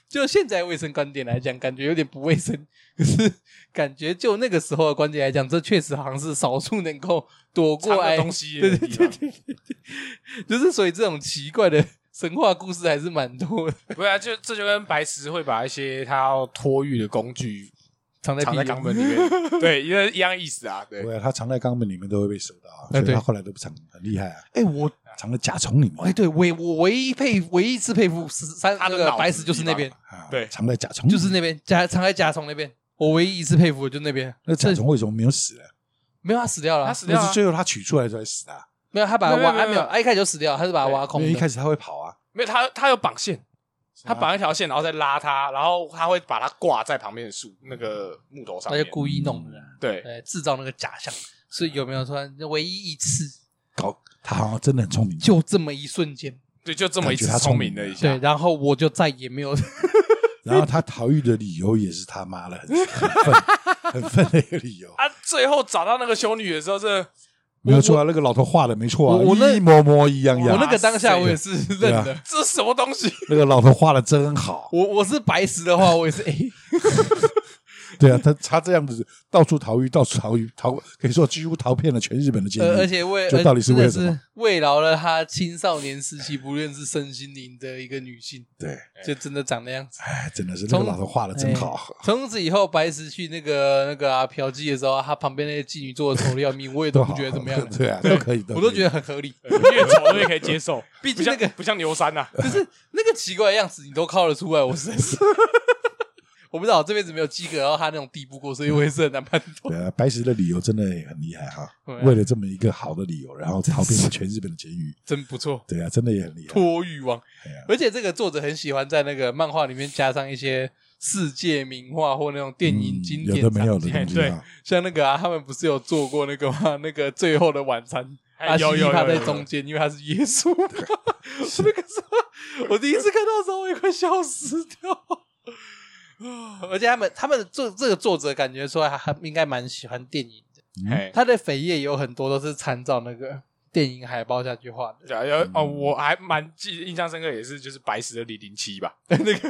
就现在卫生观点来讲，感觉有点不卫生。可是感觉就那个时候的观点来讲，这确实好像是少数能够躲过来东西的地方。对对对对对，就是所以这种奇怪的神话故事还是蛮多的。 不然、啊、就这就跟白石会把一些他要托育的工具藏在藏在肛门里面，对，因为一样意思啊。对， 对啊，他藏在肛门里面都会被收到啊，所以他后来都不藏，很厉害啊。 哎、欸，我藏在甲虫里面。 哎，对，唯我唯一佩唯一一次佩服三那个白石就是那边， 对，藏在甲虫， 就是那边甲藏在甲虫那边。我唯一一次佩服的就那边。 那甲虫为什么没有死呢？ 没有，他死掉了， 他死掉了。 那是最后他取出来才死的、啊。 没有，他把它挖，没有，他一开始就死掉，他是把它挖空的。 因为一开始他会跑啊， 没有，他他有绑线。他绑一条线，然后再拉它，然后他会把它挂在旁边的树那个木头上面， 他就故意弄的， 对， 制造那个假象。所以有没有说唯一一次搞他好像真的很聪明， 就这么一瞬间， 对，就这么一次聪明了一下， 对，然后我就再也没有。 然后他逃狱的理由也是他妈的很很愤很愤的一个理由。 啊，最后找到那个修女的时候，这没有错啊，那个老头画的没错啊， 我那一模模一样样。 我那个当下我也是认的， 啊、这是什么东西？ 那个老头画的真好。 我我是白石的话，我也是哎。 对啊，他他这样子到处逃狱，到处逃狱，逃可以说几乎逃遍了全日本的监狱、 呃，而且为就到底是为了什么？ 慰劳了他青少年时期不论是身心灵的一个女性。 对， 就真的长那样子。 哎，真的是那个老头画的真好。 从此以后，白石去那个那个啊嫖妓的时候，他旁边那些妓女做的丑的要命，我也都不觉得怎么样。 对啊，都可以， 我都觉得很合理， 越丑越可以接受。 毕竟那个不像牛山呐、 啊，就是那个奇怪的样子，你都靠得出来，我实在是。我不知道我这辈子没有饥渴到他那种地步过，所以我也是很难判断。 对啊，白石的理由真的也很厉害哈、啊，为了这么一个好的理由，然后逃遍了全日本的监狱， 真不错。 对啊，真的也很厉害。 托欲望、啊，而且这个作者很喜欢在那个漫画里面加上一些世界名画或那种电影经典、 嗯、有的没有的东西、啊。 对，像那个啊，他们不是有做过那个吗？那个最后的晚餐，阿西利他在中间，因为他是耶稣。那个时候，我第一次看到的时候，我也快笑死掉。而且他们他们做这个作者感觉出来他应该蛮喜欢电影的、嗯、他的扉页有很多都是参照那个电影海报下去画的。 对啊、嗯、哦，我还蛮记印象深刻，也是就是白石的零零七吧，那个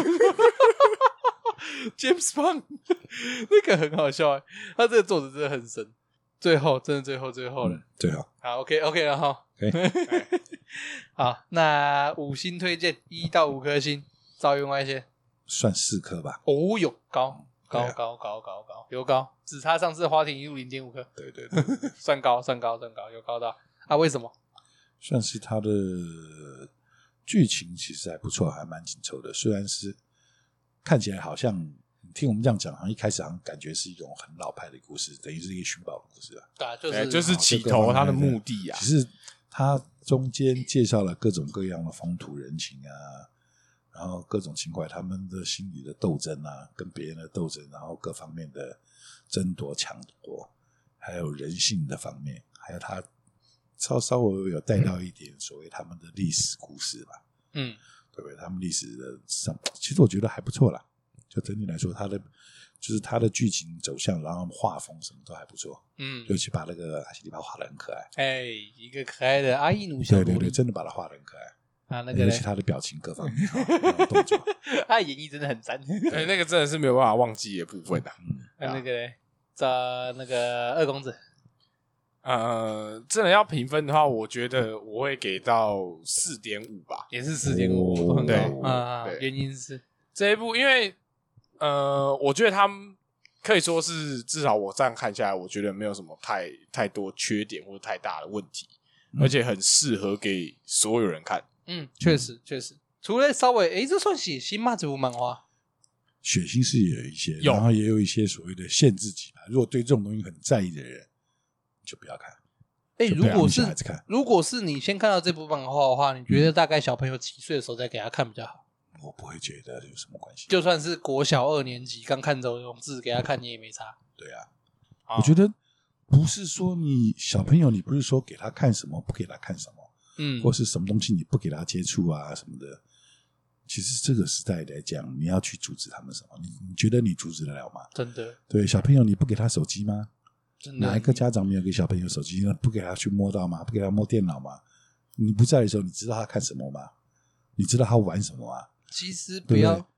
James Bond 那个很好笑、欸、他这个作者真的很神。最后真的最后最后了、嗯、 最后好 OK OK 了哈 okay. 好，那五星推荐一到五颗星，赵员外先算四颗吧。 哦哟，高高、啊、高高高高有高，只差上次花田一路零点五颗。 对对对， 算高算高算高，有高到啊？为什么？ 算是它的剧情其实还不错，还蛮紧凑的。虽然是看起来好像你听我们这样讲，好像一开始好像感觉是一种很老派的故事，等于是一个寻宝的故事啊。 对啊，就是就是起头它的目的啊。 其实它中间介绍了各种各样的风土人情啊。然后各种情怀，他们的心理的斗争啊，跟别人的斗争，然后各方面的争夺抢夺，还有人性的方面，还有他稍稍微有带到一点所谓他们的历史故事吧， 嗯， 对不对？他们历史的上，其实我觉得还不错啦。就整体来说，他的就是他的剧情走向，然后画风什么都还不错，嗯，尤其把那个阿西里巴画得很可爱， 哎，一个可爱的阿伊努小， 对对对，真的把他画得很可爱。 啊，那个尤其他的表情各方面、哦、动作， 他的演绎真的很赞。 对，那个真的是没有办法忘记的部分啊。 嗯，啊、那个嘞，在那个二公子， 呃，真的要评分的话，我觉得我会给到四点五吧， 也是四点五，很高啊。原因是这一部，因为呃，我觉得他们可以说是至少我这样看下来，我觉得没有什么太太多缺点或者太大的问题，嗯、而且很适合给所有人看。 嗯，确实确实，除了稍微，诶，这算血腥吗？这部漫画血腥是有一些，然后也有一些所谓的限制级吧。如果对这种东西很在意的人，就不要看。 诶，如果是如果是你先看到这部漫画的话，你觉得大概小朋友几岁的时候再给他看比较好？ 我不会觉得有什么关系。 就算是国小二年级刚看走泳字给他看，你也没差。 对啊，哦、我觉得不是说你小朋友，你不是说给他看什么，不给他看什么。嗯，或是什么东西你不给他接触啊什么的，其实这个时代来讲，你要去阻止他们什么？你你觉得你阻止得了吗？ 真的， 对小朋友你不给他手机吗？ 真的， 哪一个家长没有给小朋友手机？不给他去摸到吗？不给他摸电脑吗？你不在的时候，你知道他看什么吗？你知道他玩什么吗？ 其实不要，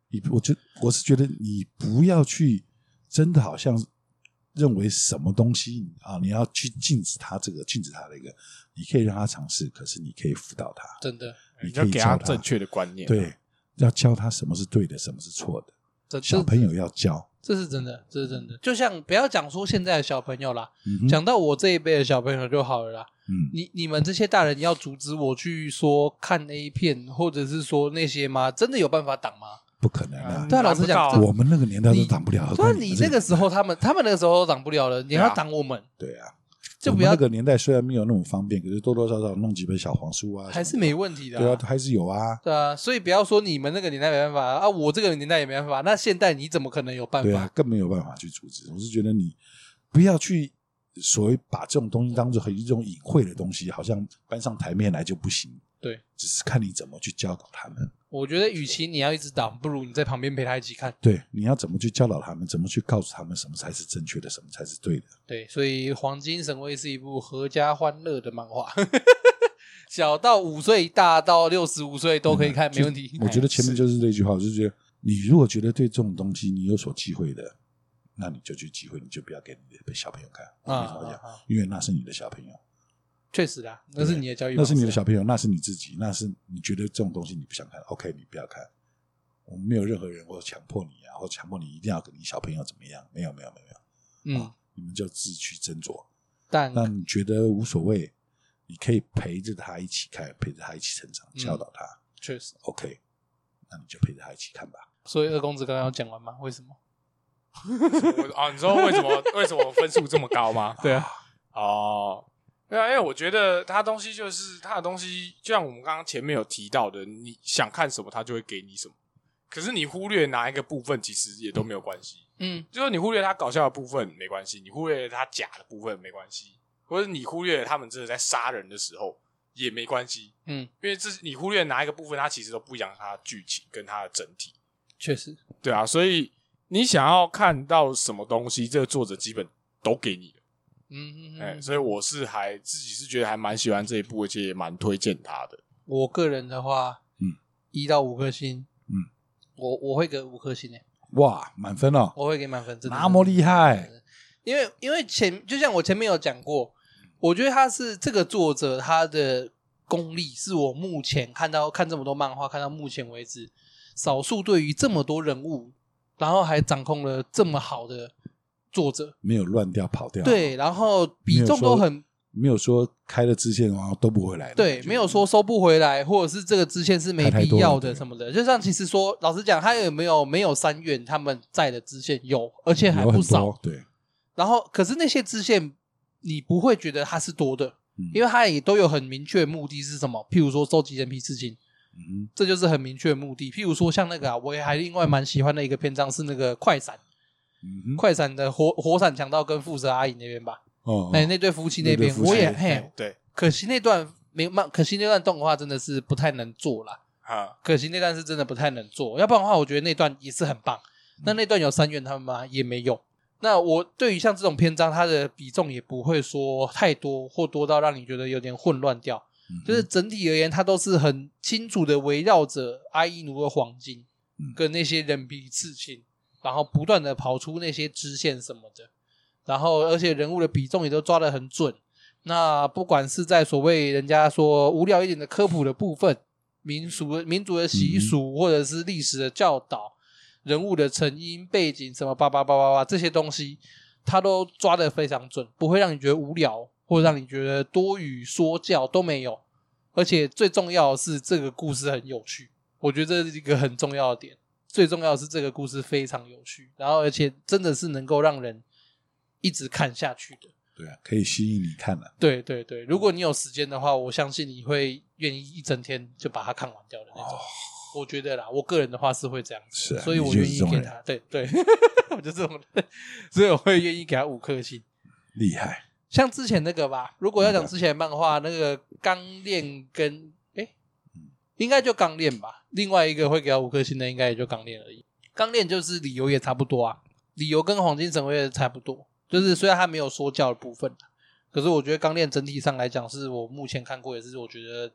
你我觉我是觉得你不要去真的好像认为什么东西啊，你要去禁止他这个禁止他那个，你可以让他尝试，可是你可以辅导他， 真的， 你可以给教他正确的观念， 对，要教他什么是对的，什么是错的，小朋友要教， 这是真的，这是真的。就像不要讲说现在的小朋友啦，讲、 嗯、 到我这一辈的小朋友就好了啦。 嗯， 你你们这些大人要阻止我去说看 A 片，或者是说那些吗？真的有办法挡吗？ 不可能啊！ 对啊，老实讲， 我们那个年代都挡不了。 对啊，你那个时候他们他们那个时候都挡不了了，你要挡我们？ 对啊， 就不要我们那个年代虽然没有那么方便，可是多多少少弄几本小黄书啊， 还是没问题的、啊。 对啊，还是有啊。 对啊，所以不要说你们那个年代没办法啊，我这个年代也没办法。那现在你怎么可能有办法？ 对啊，更没有办法去阻止。我是觉得你不要去所谓把这种东西当作很一种隐晦的东西，好像搬上台面来就不行。 对， 只是看你怎么去教导他们。 我觉得，与其你要一直挡，不如你在旁边陪他一起看。 对，你要怎么去教导他们，怎么去告诉他们什么才是正确的，什么才是对的。 对，所以《黄金神威》是一部合家欢乐的漫画，小到五岁，大到六十五岁都可以看，嗯、没问题。 我觉得前面就是这句话，我就觉得你如果觉得对这种东西你有所忌讳的，那你就去忌讳，你就不要给你的小朋友看。啊啊啊、因为那是你的小朋友。 确实啦，那是你的教育， 那是你的小朋友，那是你自己，那是你觉得这种东西你不想看 ，OK， 你不要看。我们没有任何人或强迫你啊，或强迫你一定要跟你小朋友怎么样，没有，没有，没有，嗯、啊，你们就自己去斟酌。 但那你觉得无所谓，你可以陪着他一起看，陪着他一起成长，教导他。 确、嗯、实 ，OK， 那你就陪着他一起看吧。 所以二公子刚刚要讲完吗？为什么？ 哦，你说为什么为什么分数这么高吗？ 对啊， 哦。对啊，因为我觉得他东西就是他的东西，就像我们刚刚前面有提到的，你想看什么，他就会给你什么。可是你忽略哪一个部分，其实也都没有关系。嗯，就是你忽略他搞笑的部分没关系，你忽略他假的部分没关系，或者你忽略他们真的在杀人的时候也没关系。嗯，因为这是你忽略哪一个部分，它其实都不影响它的剧情跟它的整体。 确实， 对啊，所以你想要看到什么东西，这个作者基本都给你了。嗯嗯嗯，欸，所以我是还自己是觉得还蛮喜欢这一部，而且也蛮推荐他的。 我个人的话，嗯，一到五颗星，嗯，我我会给五颗星诶。 哇，满分哦！ 我会给满分，真的那么厉害。 因为因为前就像我前面有讲过，我觉得他是这个作者他的功力是我目前看到看这么多漫画看到目前为止少数对于这么多人物，然后还掌控了这么好的作者， 没有乱掉跑掉， 对，然后比重都很没有说开了支线然后都不回来， 对，没有说收不回来，或者是这个支线是没必要的什么的。就像其实说，老实讲，他有没有没有三院他们在的支线有，而且还不少， 对。 然后，可是那些支线你不会觉得它是多的，嗯、因为它也都有很明确的目的是什么，譬如说收集人皮刺青。嗯，这就是很明确的目的。譬如说像那个啊，我也还另外蛮喜欢的一个篇章是那个快闪，嗯、快闪的火火闪强盗跟富蛇阿姨那边吧。哦，哎，那对夫妻那边我也嘿， 对， 可惜那段没漫，可惜那段动画真的是不太能做啦。啊，可惜那段是真的不太能做，要不然的话，我觉得那段也是很棒。那那段有三元他们吗？也没有。那我对于像这种篇章，它的比重也不会说太多，或多到让你觉得有点混乱掉。就是整体而言，它都是很清楚的围绕着阿伊努的黄金跟那些人皮刺青，然后不断的跑出那些支线什么的，然后而且人物的比重也都抓得很准。那不管是在所谓人家说无聊一点的科普的部分，民俗民族的习俗，或者是历史的教导，人物的成因背景什么叭叭叭叭叭这些东西，它都抓得非常准，不会让你觉得无聊或者让你觉得多余说教都没有。而且最重要的是这个故事很有趣，我觉得这是一个很重要的点。最重要的是这个故事非常有趣，然后而且真的是能够让人一直看下去的。 对啊，可以吸引你看了。 对对对，如果你有时间的话，我相信你会愿意一整天就把它看完掉的那种。哦，我觉得啦，我个人的话是会这样子， 是啊， 所以我愿意给他。对对，我就这种人，所以我会愿意给他五颗星。 厉害。 像之前那个吧，如果要讲之前的漫画，那个钢炼跟诶应该就钢炼吧，另外一个会给他五颗星的应该也就钢炼而已。钢炼就是理由也差不多啊，理由跟黄金神威也差不多，就是虽然他没有说教的部分，可是我觉得钢炼整体上来讲是我目前看过也是我觉得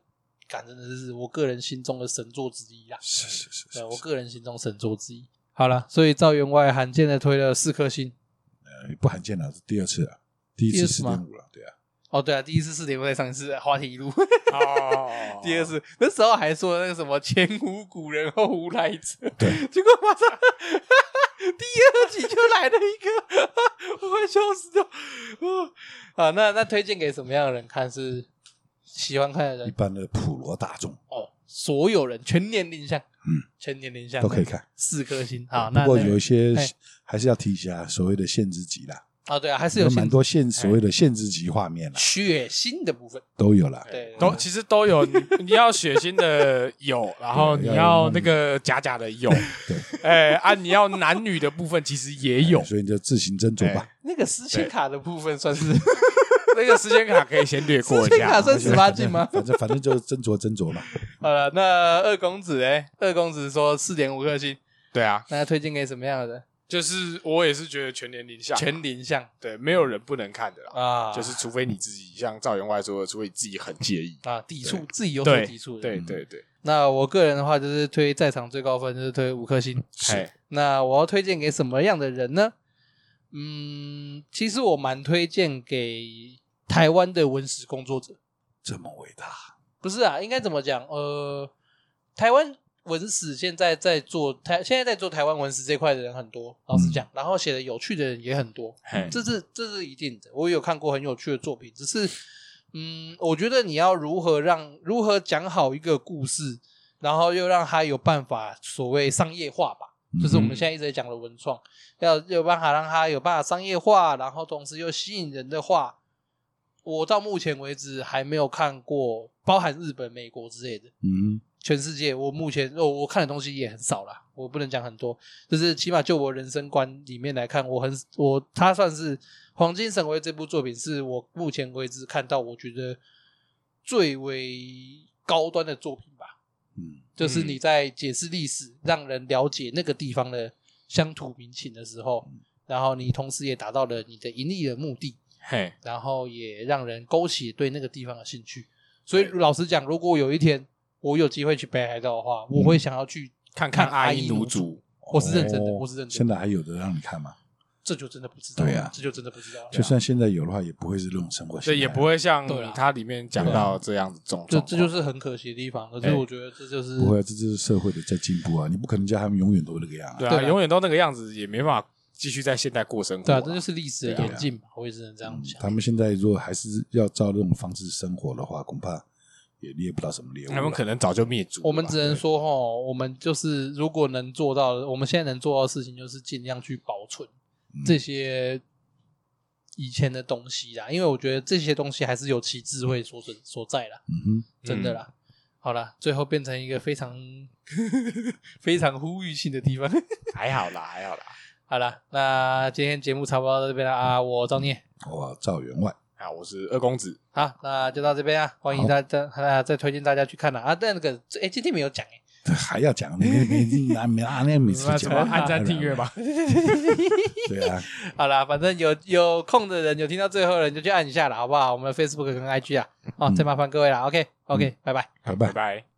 感真的是我个人心中的神作之一啦。 是是是是， 对，我个人心中神作之一。好了，所以赵员外罕见的推了四颗星， 呃，不罕见了，是第二次了，第一次四点五了，对啊。 哦，对啊，第一次四点五，在上一次花田一路。 哦， 第二次那时候还说那个什么前无古人后无来者， 对， 结果马上第二集就来了一个，我快笑死掉。啊，那那推荐给什么样的人看？是喜欢看的人， 一般的普罗大众哦，所有人全年龄向， 嗯， 全年龄向都可以看， 四颗星。好，那不过有一些嘿还是要提一下所谓的限制级啦。 啊，对啊，还是有有限蛮多限所谓的限制级画面啦， 血腥的部分， 都有啦。 对， 都其实都有，你你要血腥的有，然后你要那个假假的有， 对， 哎啊，你要男女的部分其实也有， 所以你就自行斟酌吧。 那个时间卡的部分算是那个时间卡可以先略过一时间卡下。 算十八禁吗？ 反正反正就斟酌斟酌嘛。 好了，那二公子哎，二公子说四点五颗星， 对啊， 那推荐给什么样的人？ 就是我也是觉得全年龄向， 全龄向对，没有人不能看的啦。 啊， 就是除非你自己像赵员外说的，除非你自己很介意啊抵触，自己有所对抵触的。 对对对， 那我个人的话就是推在场最高分，就是推五颗星。 是那我要推荐给什么样的人呢？嗯，其实我蛮推荐给台湾的文史工作者。 这么伟大， 不是啊，应该怎么讲？呃，台湾文史现在在做台，现在在做台湾文史这块的人很多，老实讲，然后写的有趣的人也很多， 嘿这是这是一定的。我有看过很有趣的作品，只是嗯，我觉得你要如何让如何讲好一个故事，然后又让它有办法所谓商业化吧，就是我们现在一直在讲的文创，要有办法让它有办法商业化，然后同时又吸引人的话，我到目前为止还没有看过，包含日本、美国之类的。 嗯， 全世界我目前我我看的东西也很少啦，我不能讲很多，就是起码就我人生观里面来看，我很我它算是《黄金神威》这部作品是我目前为止看到我觉得最为高端的作品吧。 嗯， 就是你在解释历史，让人了解那个地方的乡土民情的时候，然后你同时也达到了你的盈利的目的， 嘿， 然后也让人勾起对那个地方的兴趣。所以老实讲，如果有一天我有机会去北海道的话，我会想要去看看阿伊奴奴族， 我是认真的， 哦我是认真的。 现在还有的让你看吗？ 这就真的不知道， 对啊这就真的不知道。 就算现在有的话，也不会是这种生活形态， 对，也不会像对啦它里面讲到这样子这种这状况， 这就是很可惜的地方。可是我觉得这就是不会啊，这就是社会的在进步啊！你不可能叫他们永远都那个样啊。 对啊， 对啦永远都那个样子，也没办法继续在现代过生活啊。 对啊，这就是历史的对啊演进嘛，我也只能这样讲。 他们现在如果还是要照这种方式生活的话，恐怕也猎不到什么猎物了。 他们可能早就灭族了吧。 我们只能说齁，我们就是如果能做到的，我们现在能做到的事情就是尽量去保存这些以前的东西啦，因为我觉得这些东西还是有其智慧所存所在啦， 嗯哼， 真的啦。好啦，最后变成一个非常非常呼吁性的地方。 还好啦，还好啦。 好啦，那今天节目差不多到这边了啊，我赵聂。 我赵员外， 啊，我是二公子， 好，那就到这边啊，欢迎大家啊，再推荐大家去看啦啊。但那个，哎，今天没有讲哎。 还要讲，你每每每啊那每次那讲从按赞订阅吧。 对啊， 好啦，反正有有空的人，有听到最后的人就去按一下啦，好不好？我们的 Facebook 跟 I G 啊，好，再麻烦各位啦。OK OK，拜拜。 拜拜拜。拜。